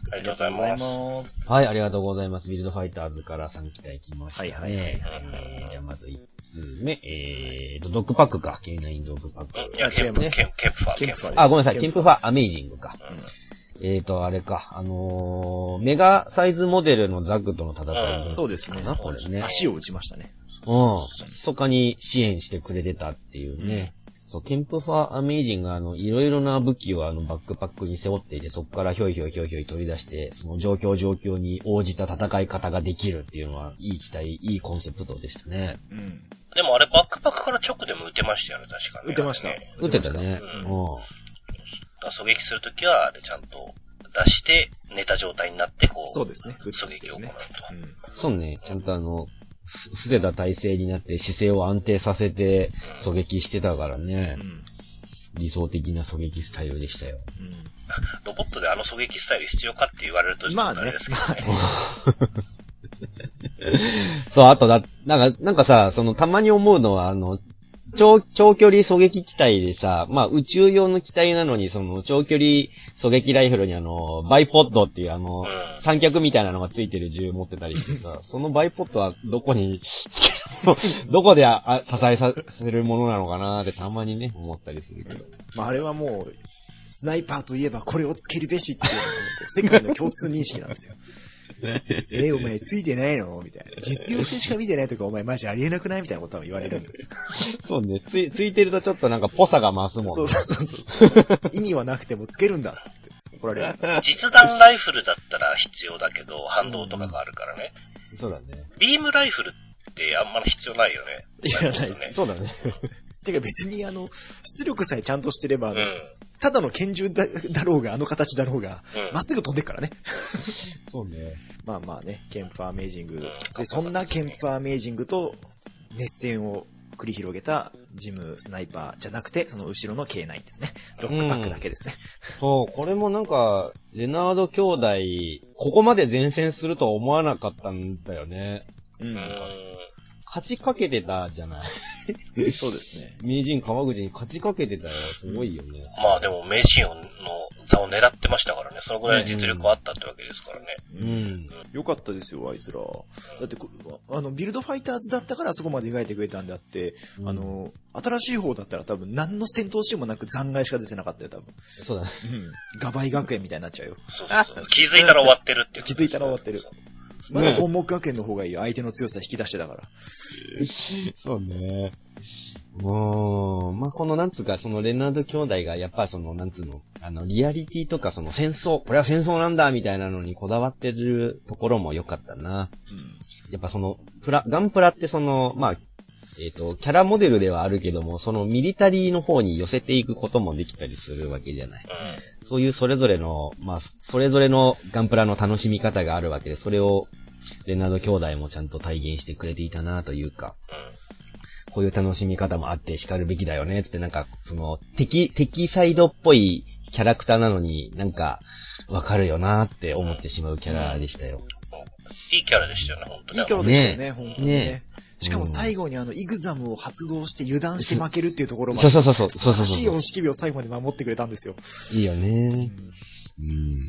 ありがとうございます。 はい、ありがとうございます。ビルドファイターズからさん機体来ましたね。 はいはいはい。えー、じゃあまずいっつめ、えーと、ドッグパックか。ケーナイン ドッグパック。 いや、ケンプ、ケンケンプファー、ケンプファー。 あ、ごめんなさい。ケンプファーアメイジングか。うん、えーと、あれか。あのー、メガサイズモデルのザグとの戦い、 うん、そうですね。 これね。 足を打ちましたね。 うん。密かに支援してくれてたっていうね。うん、そう、ケンプファーアメイジングがあの、いろいろな武器をあの、バックパックに背負っていて、そこからひょいひょいひょいひょい取り出して、その状況状況に応じた戦い方ができるっていうのは、いい機体、いいコンセプトでしたね。 うん。でもあれバックパックから直でも撃てましたよね、確かに、ね。 撃てました。 撃てたね。うん。うん、 狙撃するときは、あれちゃんと出して、寝た状態になって、こう。 そうですね。 狙撃を行うと。 うん、そうね。ちゃんとあの、伏せた体勢になって姿勢を安定させて狙撃してたからね。うん、理想的な狙撃スタイルでしたよ。うん、 ロボットであの狙撃スタイル必要かって言われるとちょっとあれですけどね。まあねそう、あとだ、なんか、なんかさ、その、たまに思うのは、あの、長、長距離狙撃機体でさ、まあ、宇宙用の機体なのに、その、長距離狙撃ライフルにあの、バイポッドっていうあの、うん、三脚みたいなのがついてる銃持ってたりしてさ、そのバイポッドはどこに、どこでああ支えさせるものなのかなーってたまにね、思ったりするけど。 まあ、あれはもう、スナイパーといえばこれをつけるべしっていうのが、世界の共通認識なんですよ。えー、お前ついてないのみたいな。実用性しか見てないとかお前マジありえなくないみたいなことは言われるんだよ。 そうね。つい、ついてるとちょっとなんかポサが増すもんね。 そうそうそうそう。意味はなくてもつけるんだっつって怒られる。 実弾ライフルだったら必要だけど、反動とかがあるからね。 うん、そうだね。 ビームライフルってあんまり必要ないよね。 いや、ないです。 そうだね。 てか別にあの、出力さえちゃんとしてれば、うん、ただの拳銃 だ, だろうが、あの形だろうが、ま、うん、っすぐ飛んでっからね。 そうね。 まあまあね、ケンプファーアメイジング。うん、で、そんなケンプファーアメイジングと熱戦を繰り広げたジムスナイパーじゃなくて、その後ろの ケーナイン ですね。ドッグパックだけですね。 うん、そう、これもなんか、レナード兄弟、ここまで前線するとは思わなかったんだよね。うん。勝ちかけてたじゃない。 そうですね。 名人川口に勝ちかけてたよ。すごいよね。 まあでも名人の座を狙ってましたからね。そのぐらいの実力はあったってわけですからね。 うん。うん、よかったですよ、あいつら。だって、あの、ビルドファイターズだったからそこまで描いてくれたんであって、うん、あの、新しい方だったら多分何の戦闘シーンもなく残骸しか出てなかったよ、多分。 そうだね。 うん。ガバイ学園みたいになっちゃうよ。 そうそうそう。気づいたら終わってるっていう。 気づいたら終わってる。まだ本木学園の方がいいよ。相手の強さ引き出してたから。 そうね。もう、まあ、このなんつうか、そのレナード兄弟がやっぱその、なんつうの、あの、リアリティとかその戦争、これは戦争なんだみたいなのにこだわってるところも良かったな。うん、やっぱその、プラ、ガンプラってその、まあ、えっと、キャラモデルではあるけども、そのミリタリーの方に寄せていくこともできたりするわけじゃない。うん、そういうそれぞれの、まあ、それぞれのガンプラの楽しみ方があるわけで、それを、レナード兄弟もちゃんと体現してくれていたなというか、こういう楽しみ方もあって叱るべきだよね、つってなんか、その、敵、敵サイドっぽいキャラクターなのになんか、わかるよなって思ってしまうキャラでしたよ。 いいキャラでしたよね、本当に。 いいキャラでしたよね、本当にね。ねしかも最後にあの、イグザムを発動して油断して負けるっていうところまで。 そうそうそうそう。そうそうそう。 しい押し切りを最後まで守ってくれたんですよ。 いいよね。 うん、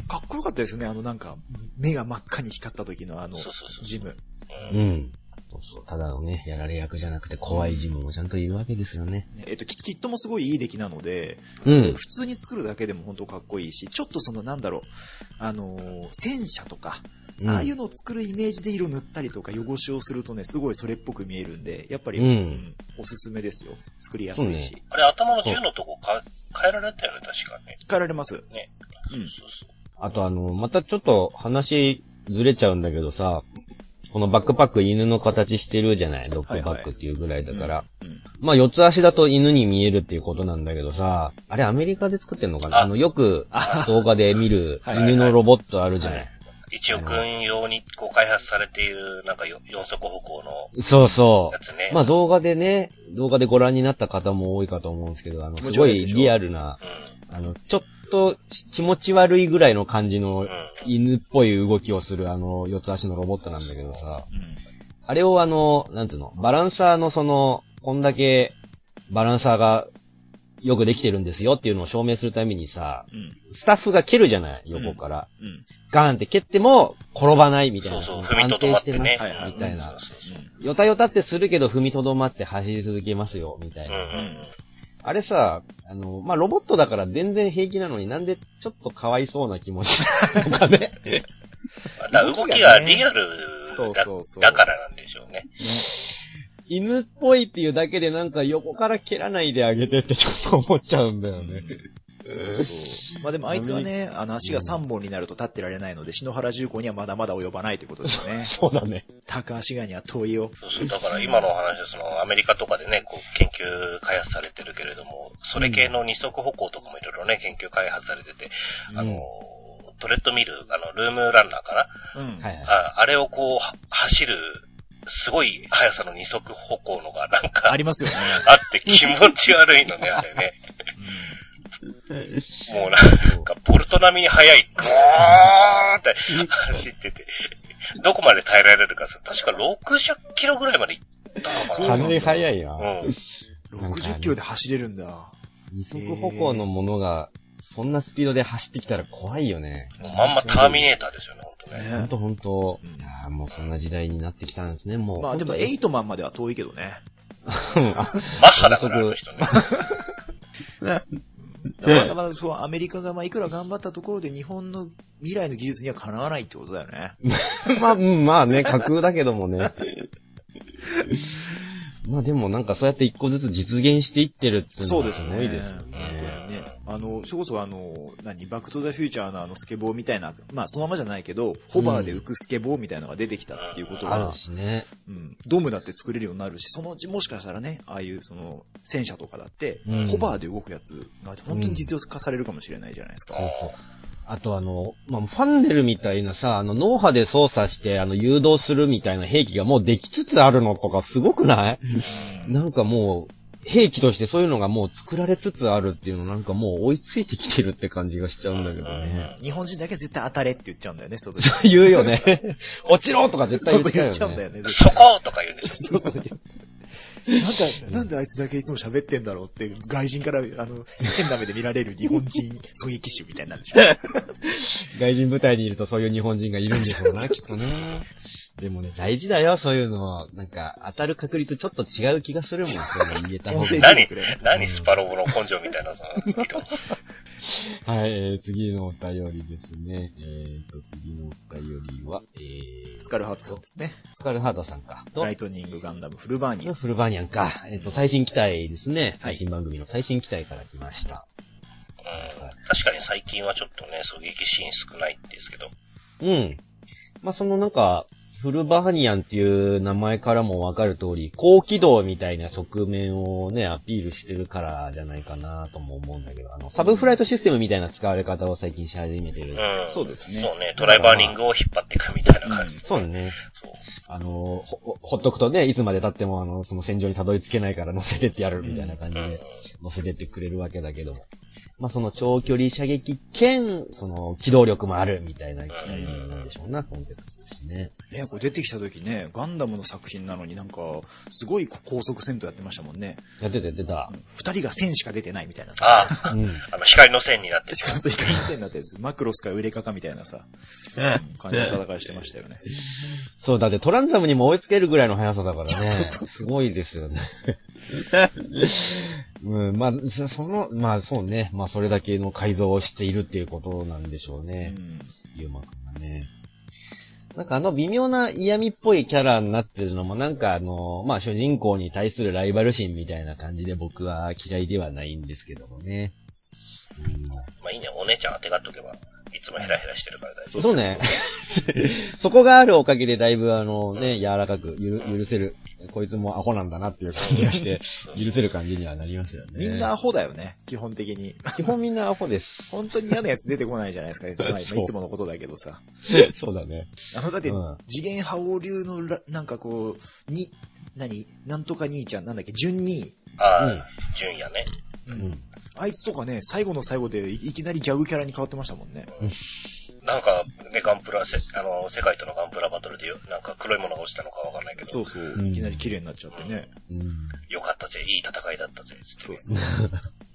かっこよかったですね、あのなんか、目が真っ赤に光った時のあの、ジム。 うん。そうそう。ただのね、やられ役じゃなくて怖いジムもちゃんといるわけですよね。 えっと、キットもすごいいい出来なので、 うん。 普通に作るだけでも本当かっこいいし、ちょっとそのなんだろう、あのー、戦車とか、うん、ああいうのを作るイメージで色塗ったりとか汚しをするとね、すごいそれっぽく見えるんで、やっぱり、うんうん、おすすめですよ。作りやすいし。ね、 あれ、頭の銃のとこか変えられたよね、確かね。 変えられます。 ね。うん。そうそう。 あとあの、またちょっと話ずれちゃうんだけどさ、このバックパック犬の形してるじゃない、ドッグバックっていうぐらいだから。はいはいうんうん、まあ四つ足だと犬に見えるっていうことなんだけどさ、あれアメリカで作ってんのかな あ, あの、よく動画で見る犬のロボットあるじゃない。はいはいはいいちおくえん用にこう開発されているなんか四足歩行のそうそう。 やつね。 まあ動画でね、動画でご覧になった方も多いかと思うんですけど、あの、すごいリアルな、うん、あの、ちょっと気持ち悪いぐらいの感じの犬っぽい動きをするあの四つ足のロボットなんだけどさ、うん、あれをあの、なんつうの、バランサーのその、こんだけバランサーがよくできてるんですよっていうのを証明するためにさ、 うん、 スタッフが蹴るじゃない横から、 うんうん。 ガーンって蹴っても転ばないみたいな。 そうそう、踏みとどまってね。 みたいな。よたよたってするけど踏みとどまって走り続けますよ、みたいな。うんうん、あれさ、あの、まあ、ロボットだから全然平気なのになんでちょっとかわいそうな気持ちとかね。 だ動きがリアルだ、だからなんでしょうね。 犬っぽいっていうだけでなんか横から蹴らないであげてってちょっと思っちゃうんだよね。 そうそう。まあでもあいつはね、あの足がさんぼんになると立ってられないので、篠原重工にはまだまだ及ばないということですね。 そうだね。 高足がには遠いよ。 そうそう。だから今のお話でそのアメリカとかでね、こう研究開発されてるけれども、それ系の二足歩行とかもいろいろね、研究開発されてて、うん、あの、トレッドミル、あの、ルームランナーかな、うん、あ, あれをこう、走る、すごい速さの二足歩行のがなんか、 ありますよね。 あって気持ち悪いのね、あれね。うん、もうなんか、ボルト並みに速い、ゴーって走ってて、どこまで耐えられるか、確かろくじゅっキロぐらいまで行ったのかな。 かなり速いな。 うん。 ろくじゅっキロで走れるんだ。 二足歩行のものが、そんなスピードで走ってきたら怖いよね。 もうまんまターミネーターですよね、ほんとね。 ほんとほんと。いやもうそんな時代になってきたんですね、もう。 まあでもエイトマンまでは遠いけどね。 マッハだからあの人ね。 まだまだそう、アメリカがまあいくら頑張ったところで日本の未来の技術にはかなわないってことだよね。 まあ、まあね、架空だけどもね。まあでもなんかそうやって一個ずつ実現していってるっていうのはすごいですよね。 ね。あの、それこそあの、何、バックトゥザフューチャーのあのスケボーみたいな、まあそのままじゃないけど、ホバーで浮くスケボーみたいなのが出てきたっていうことは、 あるしね。 うん。ドームだって作れるようになるし、そのうちもしかしたらね、ああいうその、戦車とかだって、うん、ホバーで動くやつが本当に実用化されるかもしれないじゃないですか。うん、 あとあの、まあ、ファンネルみたいなさ、あの、脳波で操作して、あの、誘導するみたいな兵器がもうできつつあるのとかすごくない？うん、なんかもう、兵器としてそういうのがもう作られつつあるっていうのなんかもう追いついてきてるって感じがしちゃうんだけどね。 日本人だけ絶対当たれって言っちゃうんだよね、そう言うよね。落ちろとか絶対言っちゃうよね。 そうそう言っちゃうんだよね。 そことか言うんでしょ。そうそうなんか、なんであいつだけいつも喋ってんだろうって、外人から、あの、変な目で見られる日本人狙撃手みたいなんでしょ。 外人部隊にいるとそういう日本人がいるんでしょうな、きっとね。でもね、大事だよ、そういうのは。なんか、当たる確率ちょっと違う気がするもん、そういうの言えた方がいい。 何何スパロボの根性みたいなさ、 はい、えー、次のお便りですね。えーと、次のお便りは、えー、 スカルハートさんですね。 スカルハートさんか。 ライトニングガンダムフルバーニャン。 フルバーニャンか。えっ、ー、と、最新機体ですね。最新番組の最新機体から来ました。 うん、確かに最近はちょっとね、狙撃シーン少ないんですけど。 うん。まあ、そのなんか、フルバーニャンっていう名前からもわかる通り、高機動みたいな側面をね、アピールしてるからじゃないかなとも思うんだけど、あの、サブフライトシステムみたいな使われ方を最近し始めてる。 うん。 そうですね。 そうね、ドライバーリングを引っ張っていくみたいな感じ、 うん。そうね。そう。あの、ほ、ほっとくとね、いつまで経ってもあの、その戦場にたどり着けないから乗せてってやるみたいな感じで、乗せてってくれるわけだけども。まあ、その長距離射撃兼、その、機動力もあるみたいな機体なんでしょうな、コンテンツですね。 ね、これ出てきた時ね、ガンダムの作品なのになんか、すごい高速戦闘やってましたもんね。 やってたやってた。 二、うん、人が線しか出てないみたいなさ。 ああ、うん、あの、光の線になってる。 光の線になってるやつ。マクロスかウレカかみたいなさ、うん、感じの戦いしてましたよね。 そう、だってトランザムにも追いつけるぐらいの速さだからね。すごいですよね。うん、まあ、その、まあそうね。まあそれだけの改造をしているっていうことなんでしょうね。うん、ユーマくんがね。なんかあの微妙な嫌味っぽいキャラになってるのもなんかあの、まあ主人公に対するライバル心みたいな感じで僕は嫌いではないんですけどもね。 うん、まあいいね、お姉ちゃん当てがっとけば、いつもヘラヘラしてるから大丈夫。 そうね。そこがあるおかげでだいぶあのね、柔らかくゆる許せる。こいつもアホなんだなっていう感じがして、許せる感じにはなりますよね。 みんなアホだよね、基本的に。 基本みんなアホです。 本当に嫌なやつ出てこないじゃないですか、ね。まあ、いつものことだけどさ。 そうだね。 あの、だって、うん、次元覇王流のなんかこう、に、何なんとか兄ちゃん、なんだっけ、順に。 ああ、うん、順やね。 うん。あいつとかね、最後の最後でいきなりギャグキャラに変わってましたもんね。 うんなんか、ね、ガンプラ、せあの、世界とのガンプラバトルでよ、なんか黒いものが落ちたのかわかんないけど。 そうそう。いきなり綺麗になっちゃってね。 うん。よかったぜ、いい戦いだったぜ、つって。 そうそう。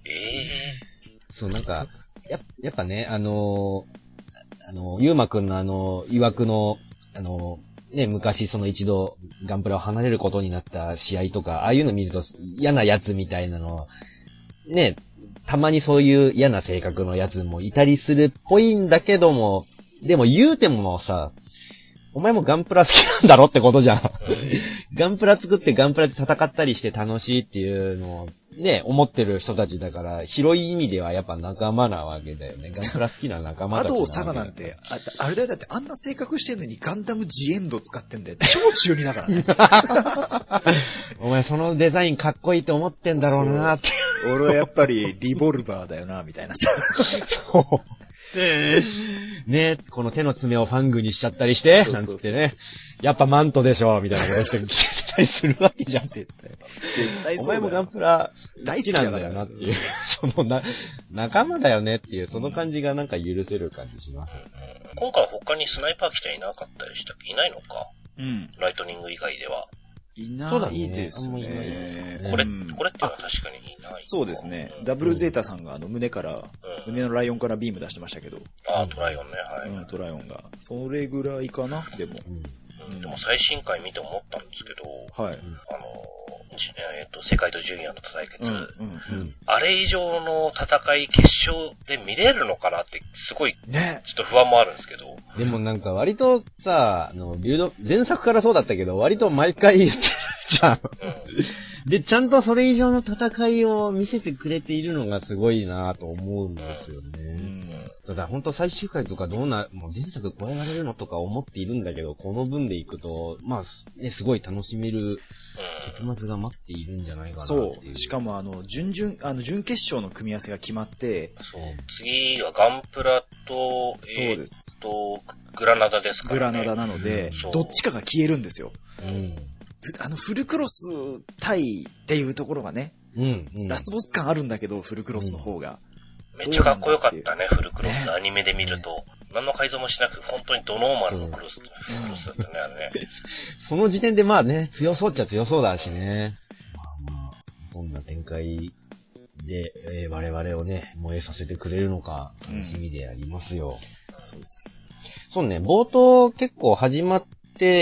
ええー、そう、なんか、や、やっぱね、あのー、あの、ゆうまくんのあの、曰くの、あの、ね、昔その一度ガンプラを離れることになった試合とか、ああいうの見ると嫌なやつみたいなの、ね、たまにそういう嫌な性格のやつもいたりするっぽいんだけども、でも言うてもさ、お前もガンプラ好きなんだろってことじゃん。ガンプラ作ってガンプラで戦ったりして楽しいっていうのをね、思ってる人たちだから、広い意味ではやっぱ仲間なわけだよね。ガンプラ好きな仲間たちなわけだ。 アドサガなんて、あ、あれだよ、だってあんな性格してんのにガンダムジエンド使ってんだよ。超中二だからね。 お前そのデザインかっこいいと思ってんだろうなって。 俺はやっぱりリボルバーだよな、みたいなさ。 そう。ね、この手の爪をファングにしちゃったりして、なんつってね。やっぱマントでしょ、みたいなことしてきてたりするわけじゃん。 絶対。絶対そうだよ。 お前もガンプラ大好きなんだよなっていう。そのな、仲間だよねっていう、その感じがなんか許せる感じします。 今回他にスナイパー機体いなかったりしたっけ？いないのか？ うん。 ライトニング以外では。 いないですね。 これ、これってのは確かにいない。 そうですね。ダブルゼータさんがあの胸から、うん、胸のライオンからビーム出してましたけど。 ああ、トライオンね、はい。 うん、トライオンが。それぐらいかな、でも。 うん、でも最新回見て思ったんですけど、 はい。 あの、えっと、世界とジュニアの対決、 うんうんうん、 あれ以上の戦い決勝で見れるのかなってすごい、 ね、 ちょっと不安もあるんですけど。 でもなんか割とさ、あの、ビルド、前作からそうだったけど、割と毎回言ってるじゃん。うん、で、ちゃんとそれ以上の戦いを見せてくれているのがすごいなと思うんですよね。うんただ本当最終回とかどうな、もう前作超えられるのとか思っているんだけど、この分でいくと、まあ、ね、すごい楽しめる結末が待っているんじゃないかなっていう。 そう。しかもあの、準々、あの、準決勝の組み合わせが決まって、 そう。次はガンプラと、 そうです。 えー、と、グラナダですからね。 グラナダなので、うん、どっちかが消えるんですよ。 うん。 あの、フルクロス対っていうところがね、 うんうん、 ラスボス感あるんだけど、フルクロスの方が。うんめっちゃかっこよかったね、フルクロス、アニメで見ると。何の改造もしなくて、本当にドノーマルのクロス、フルクロスだったね、あれね。 その時点でまあね、強そうっちゃ強そうだしね。まあまあ、どんな展開で、えー、我々をね、燃えさせてくれるのか、楽しみでありますよ。 うん、そうです。 そうね、冒頭結構始まって、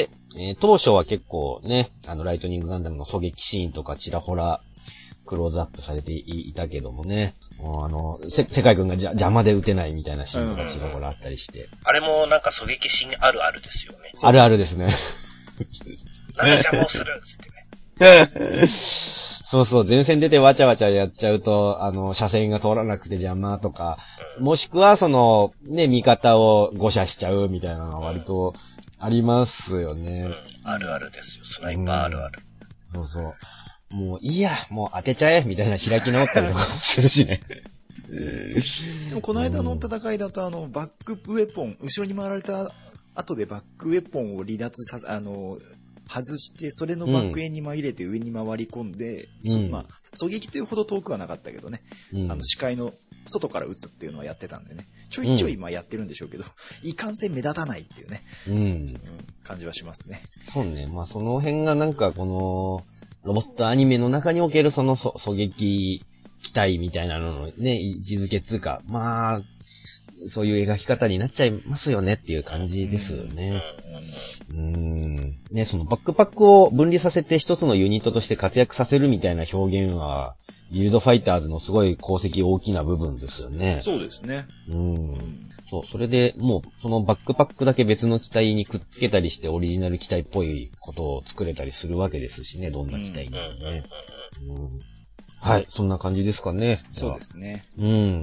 えー、当初は結構ね、あの、ライトニングガンダムの狙撃シーンとかちらほら、クローズアップされていたけどもね。もうあの、せ、世界君がじゃ邪魔で撃てないみたいなシーンとかちらほらあったりして。 あれもなんか狙撃シーンあるあるですよね。 あるあるですね。 なんで邪魔をするっつってね。 そうそう、前線出てわちゃわちゃやっちゃうと、あの、車線が通らなくて邪魔とか、うん、もしくはその、ね、味方を誤射しちゃうみたいなのは割とありますよね。 うん、あるあるですよ。スナイパーあるある。 うん、そうそう。もういいや、もう当てちゃえ、みたいな開き直ったりとかもするしね。 でもこの間の戦いだとあの、バックウェポン、後ろに回られた後でバックウェポンを離脱さ、あの、外して、それのバックエンに紛れて上に回り込んで、うん、まあ、狙撃というほど遠くはなかったけどね、うん、あの、視界の外から撃つっていうのはやってたんでね、ちょいちょい今やってるんでしょうけど、うん、いかんせん目立たないっていうね、 うん、うん、 感じはしますね。 そうね、まあその辺がなんかこの、ロボットアニメの中におけるその狙撃機体みたいなののね、位置づけつうか、まあ、そういう描き方になっちゃいますよねっていう感じですよね。うーん。ね、そのバックパックを分離させて一つのユニットとして活躍させるみたいな表現は、ビルドファイターズのすごい功績大きな部分ですよね。 そうですね。 うん。そう、それでもうそのバックパックだけ別の機体にくっつけたりしてオリジナル機体っぽいことを作れたりするわけですしね、どんな機体にもね。うん、はい、そんな感じですかね。 そうですね。 うん。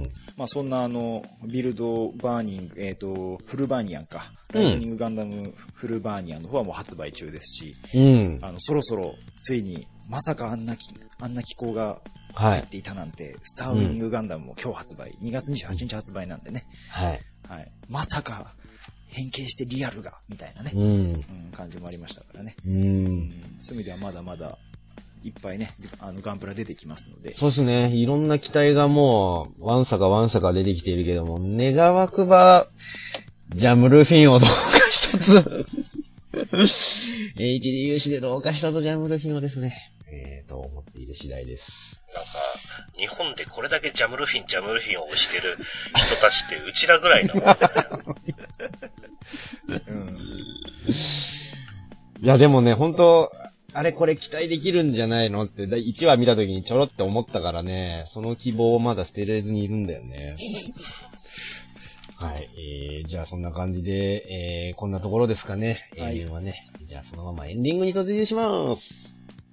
まあそんなあの、ビルドバーニング、えっと、フルバーニアンか。ライトニングガンダムフルバーニアンの方はもう発売中ですし、 うん。 あの、そろそろついに、まさかあんなき、あんな機構が入っていたなんて、はい、スターウィニングガンダムも今日発売、にがつにじゅうはちにち発売なんでね。 はい。 はい。まさか、変形してリアルが、みたいなね。 うん。うん、 感じもありましたからね。 うん。うん、 そういう意味ではまだまだ、いっぱいね、あの、ガンプラ出てきますので。 そうですね。いろんな機体がもう、ワンサかワンサか出てきているけども、願わくば、ジャムルフィンをどうか一つ。エイチディー 有志でどうか一つジャムルフィンをですね。 えー、と思っている次第です。 なんか、日本でこれだけジャムルフィン、ジャムルフィンを推してる人たちってうちらぐらいのもんだよ。 うん、いやでもね、本当あれこれ期待できるんじゃないのって、いちわ見た時にちょろって思ったからね、その希望をまだ捨てれずにいるんだよね。はい、えー、じゃあそんな感じで、えー、こんなところですかね。はい、エンディングはね。じゃあそのままエンディングに突入します。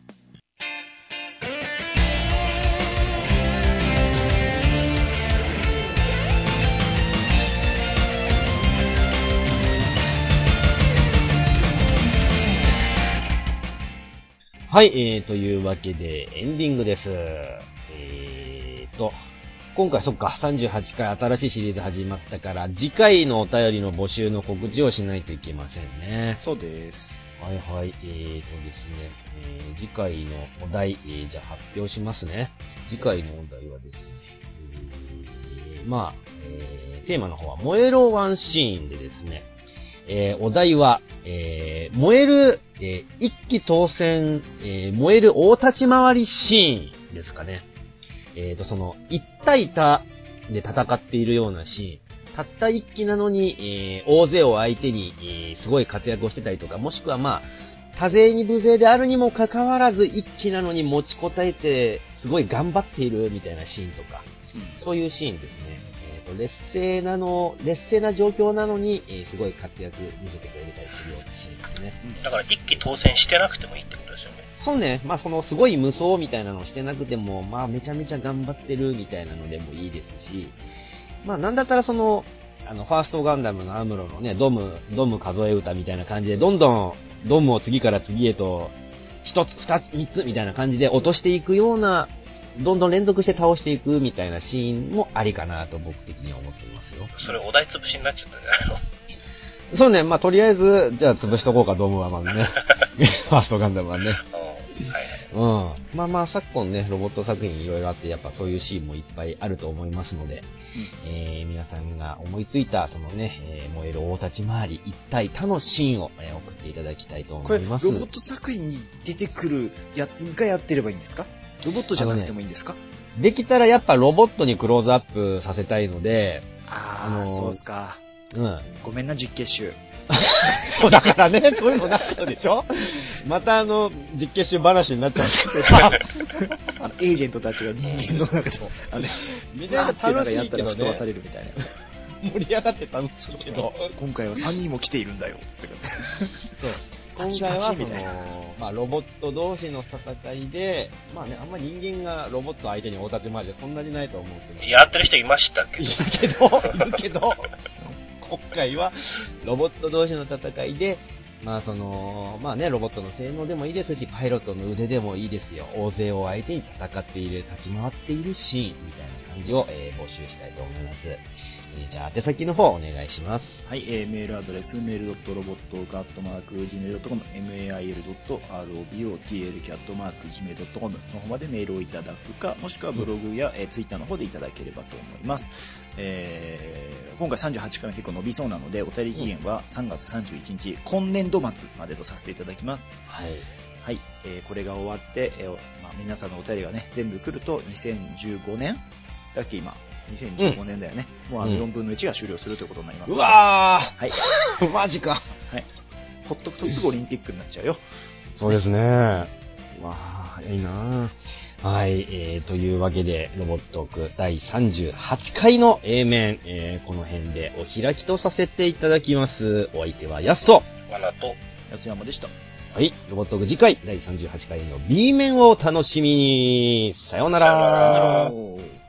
はい、えー、というわけでエンディングです。えーと、今回そっか、さんじゅうはちかい新しいシリーズ始まったから、次回のお便りの募集の告知をしないといけませんね。 そうです。 はいはい、えーとですね、えー、次回のお題、えー、じゃあ発表しますね。次回のお題はですね、えー、まあ、えー、テーマの方は燃えろワンシーンでですね、えー、お題は、えー、燃える、えー、一気当選、えー、燃える大立ち回りシーンですかね。えーと、その、一対多で戦っているようなシーン。たった一機なのに、えー、大勢を相手に、えー、すごい活躍をしてたりとか、もしくはまあ、多勢に無勢であるにもかかわらず、一機なのに持ちこたえて、すごい頑張っているみたいなシーンとか、うん、そういうシーンですね。えーと、劣勢なの、劣勢な状況なのに、えー、すごい活躍見せてくれたりするようなシーンですね。 だから一機当選してなくてもいいってことですよね。 そうね。まあそのすごい無双みたいなのをしてなくても、まあめちゃめちゃ頑張ってるみたいなのでもいいですし、まあなんだったらその、あの、ファーストガンダムのアムロのね、ドム、ドム数え歌みたいな感じで、どんどんドムを次から次へと、一つ、二つ、三つみたいな感じで落としていくような、どんどん連続して倒していくみたいなシーンもありかなと僕的には思っていますよ。 それお題潰しになっちゃったんじゃないの？ そうね。まあとりあえず、じゃあ潰しとこうか、ドムはまずね。ファーストガンダムはね。うん。まあまあ、昨今ね、ロボット作品いろいろあって、やっぱそういうシーンもいっぱいあると思いますので、うん、えー、皆さんが思いついた、そのね、えー、燃える大立ち回り、一体他のシーンを、えー、送っていただきたいと思います。 これ、ロボット作品に出てくるやつがやってればいいんですか？ロボットじゃなくてもいいんですか？ ね、できたらやっぱロボットにクローズアップさせたいので、 あー、あのー、そうっすか。 うん。 ごめんな、実結集。 そうだからね、そういうのなっちゃうでしょ？またあの、実験集話になっちゃうあの、エージェントたちが人間の中でも、あの、 みたいな楽しいけどね。 吹っ飛ばされるみたいな。 盛り上がって楽しいけど。 今回はさんにんも来ているんだよ、つって。 そう。今回はその、まあロボット同士の戦いで、まあね、あんま人間がロボット相手に大立ち回りでそんなにないと思うけど。 やってる人いましたっけど。 いるけど、いるけど。今回はロボット同士の戦いで、まあその、まあね、ロボットの性能でもいいですし、パイロットの腕でもいいですよ。大勢を相手に戦っている、立ち回っているシーンみたいな感じを、えー、募集したいと思います。えー、じゃあ、宛先の方お願いします。 はい、えー、メールアドレス、メールドットロボットガットマークジメールドットコム、メールドットロボットガットマークジメールドットコム の方までメールをいただくか、もしくはブログや、うん、えー、ツイッターの方でいただければと思います。えー、今回さんじゅうはちかい結構伸びそうなので、お便り期限はさんがつさんじゅういちにち、今年度末までとさせていただきます。 はい。 はい。えー、これが終わって、えー、まあ、皆さんのお便りがね、全部来ると、にせんじゅうごねんだっけ今。にせんじゅうごねんだよね。うん、もうあのよんぶんのいちが終了するということになります、ね。 うわーはい。 マジか。 はい。ほっとくとすぐオリンピックになっちゃうよ。 そうですね。わー、いいなー。はい、えー、というわけで、ロボットークだいさんじゅうはちかいの A 面、えー、この辺でお開きとさせていただきます。お相手はヤスと、 ワナと、 安山でした。 はい、ロボットーク次回だいさんじゅうはちかいの B 面を楽しみに。さようなら。 さようなら。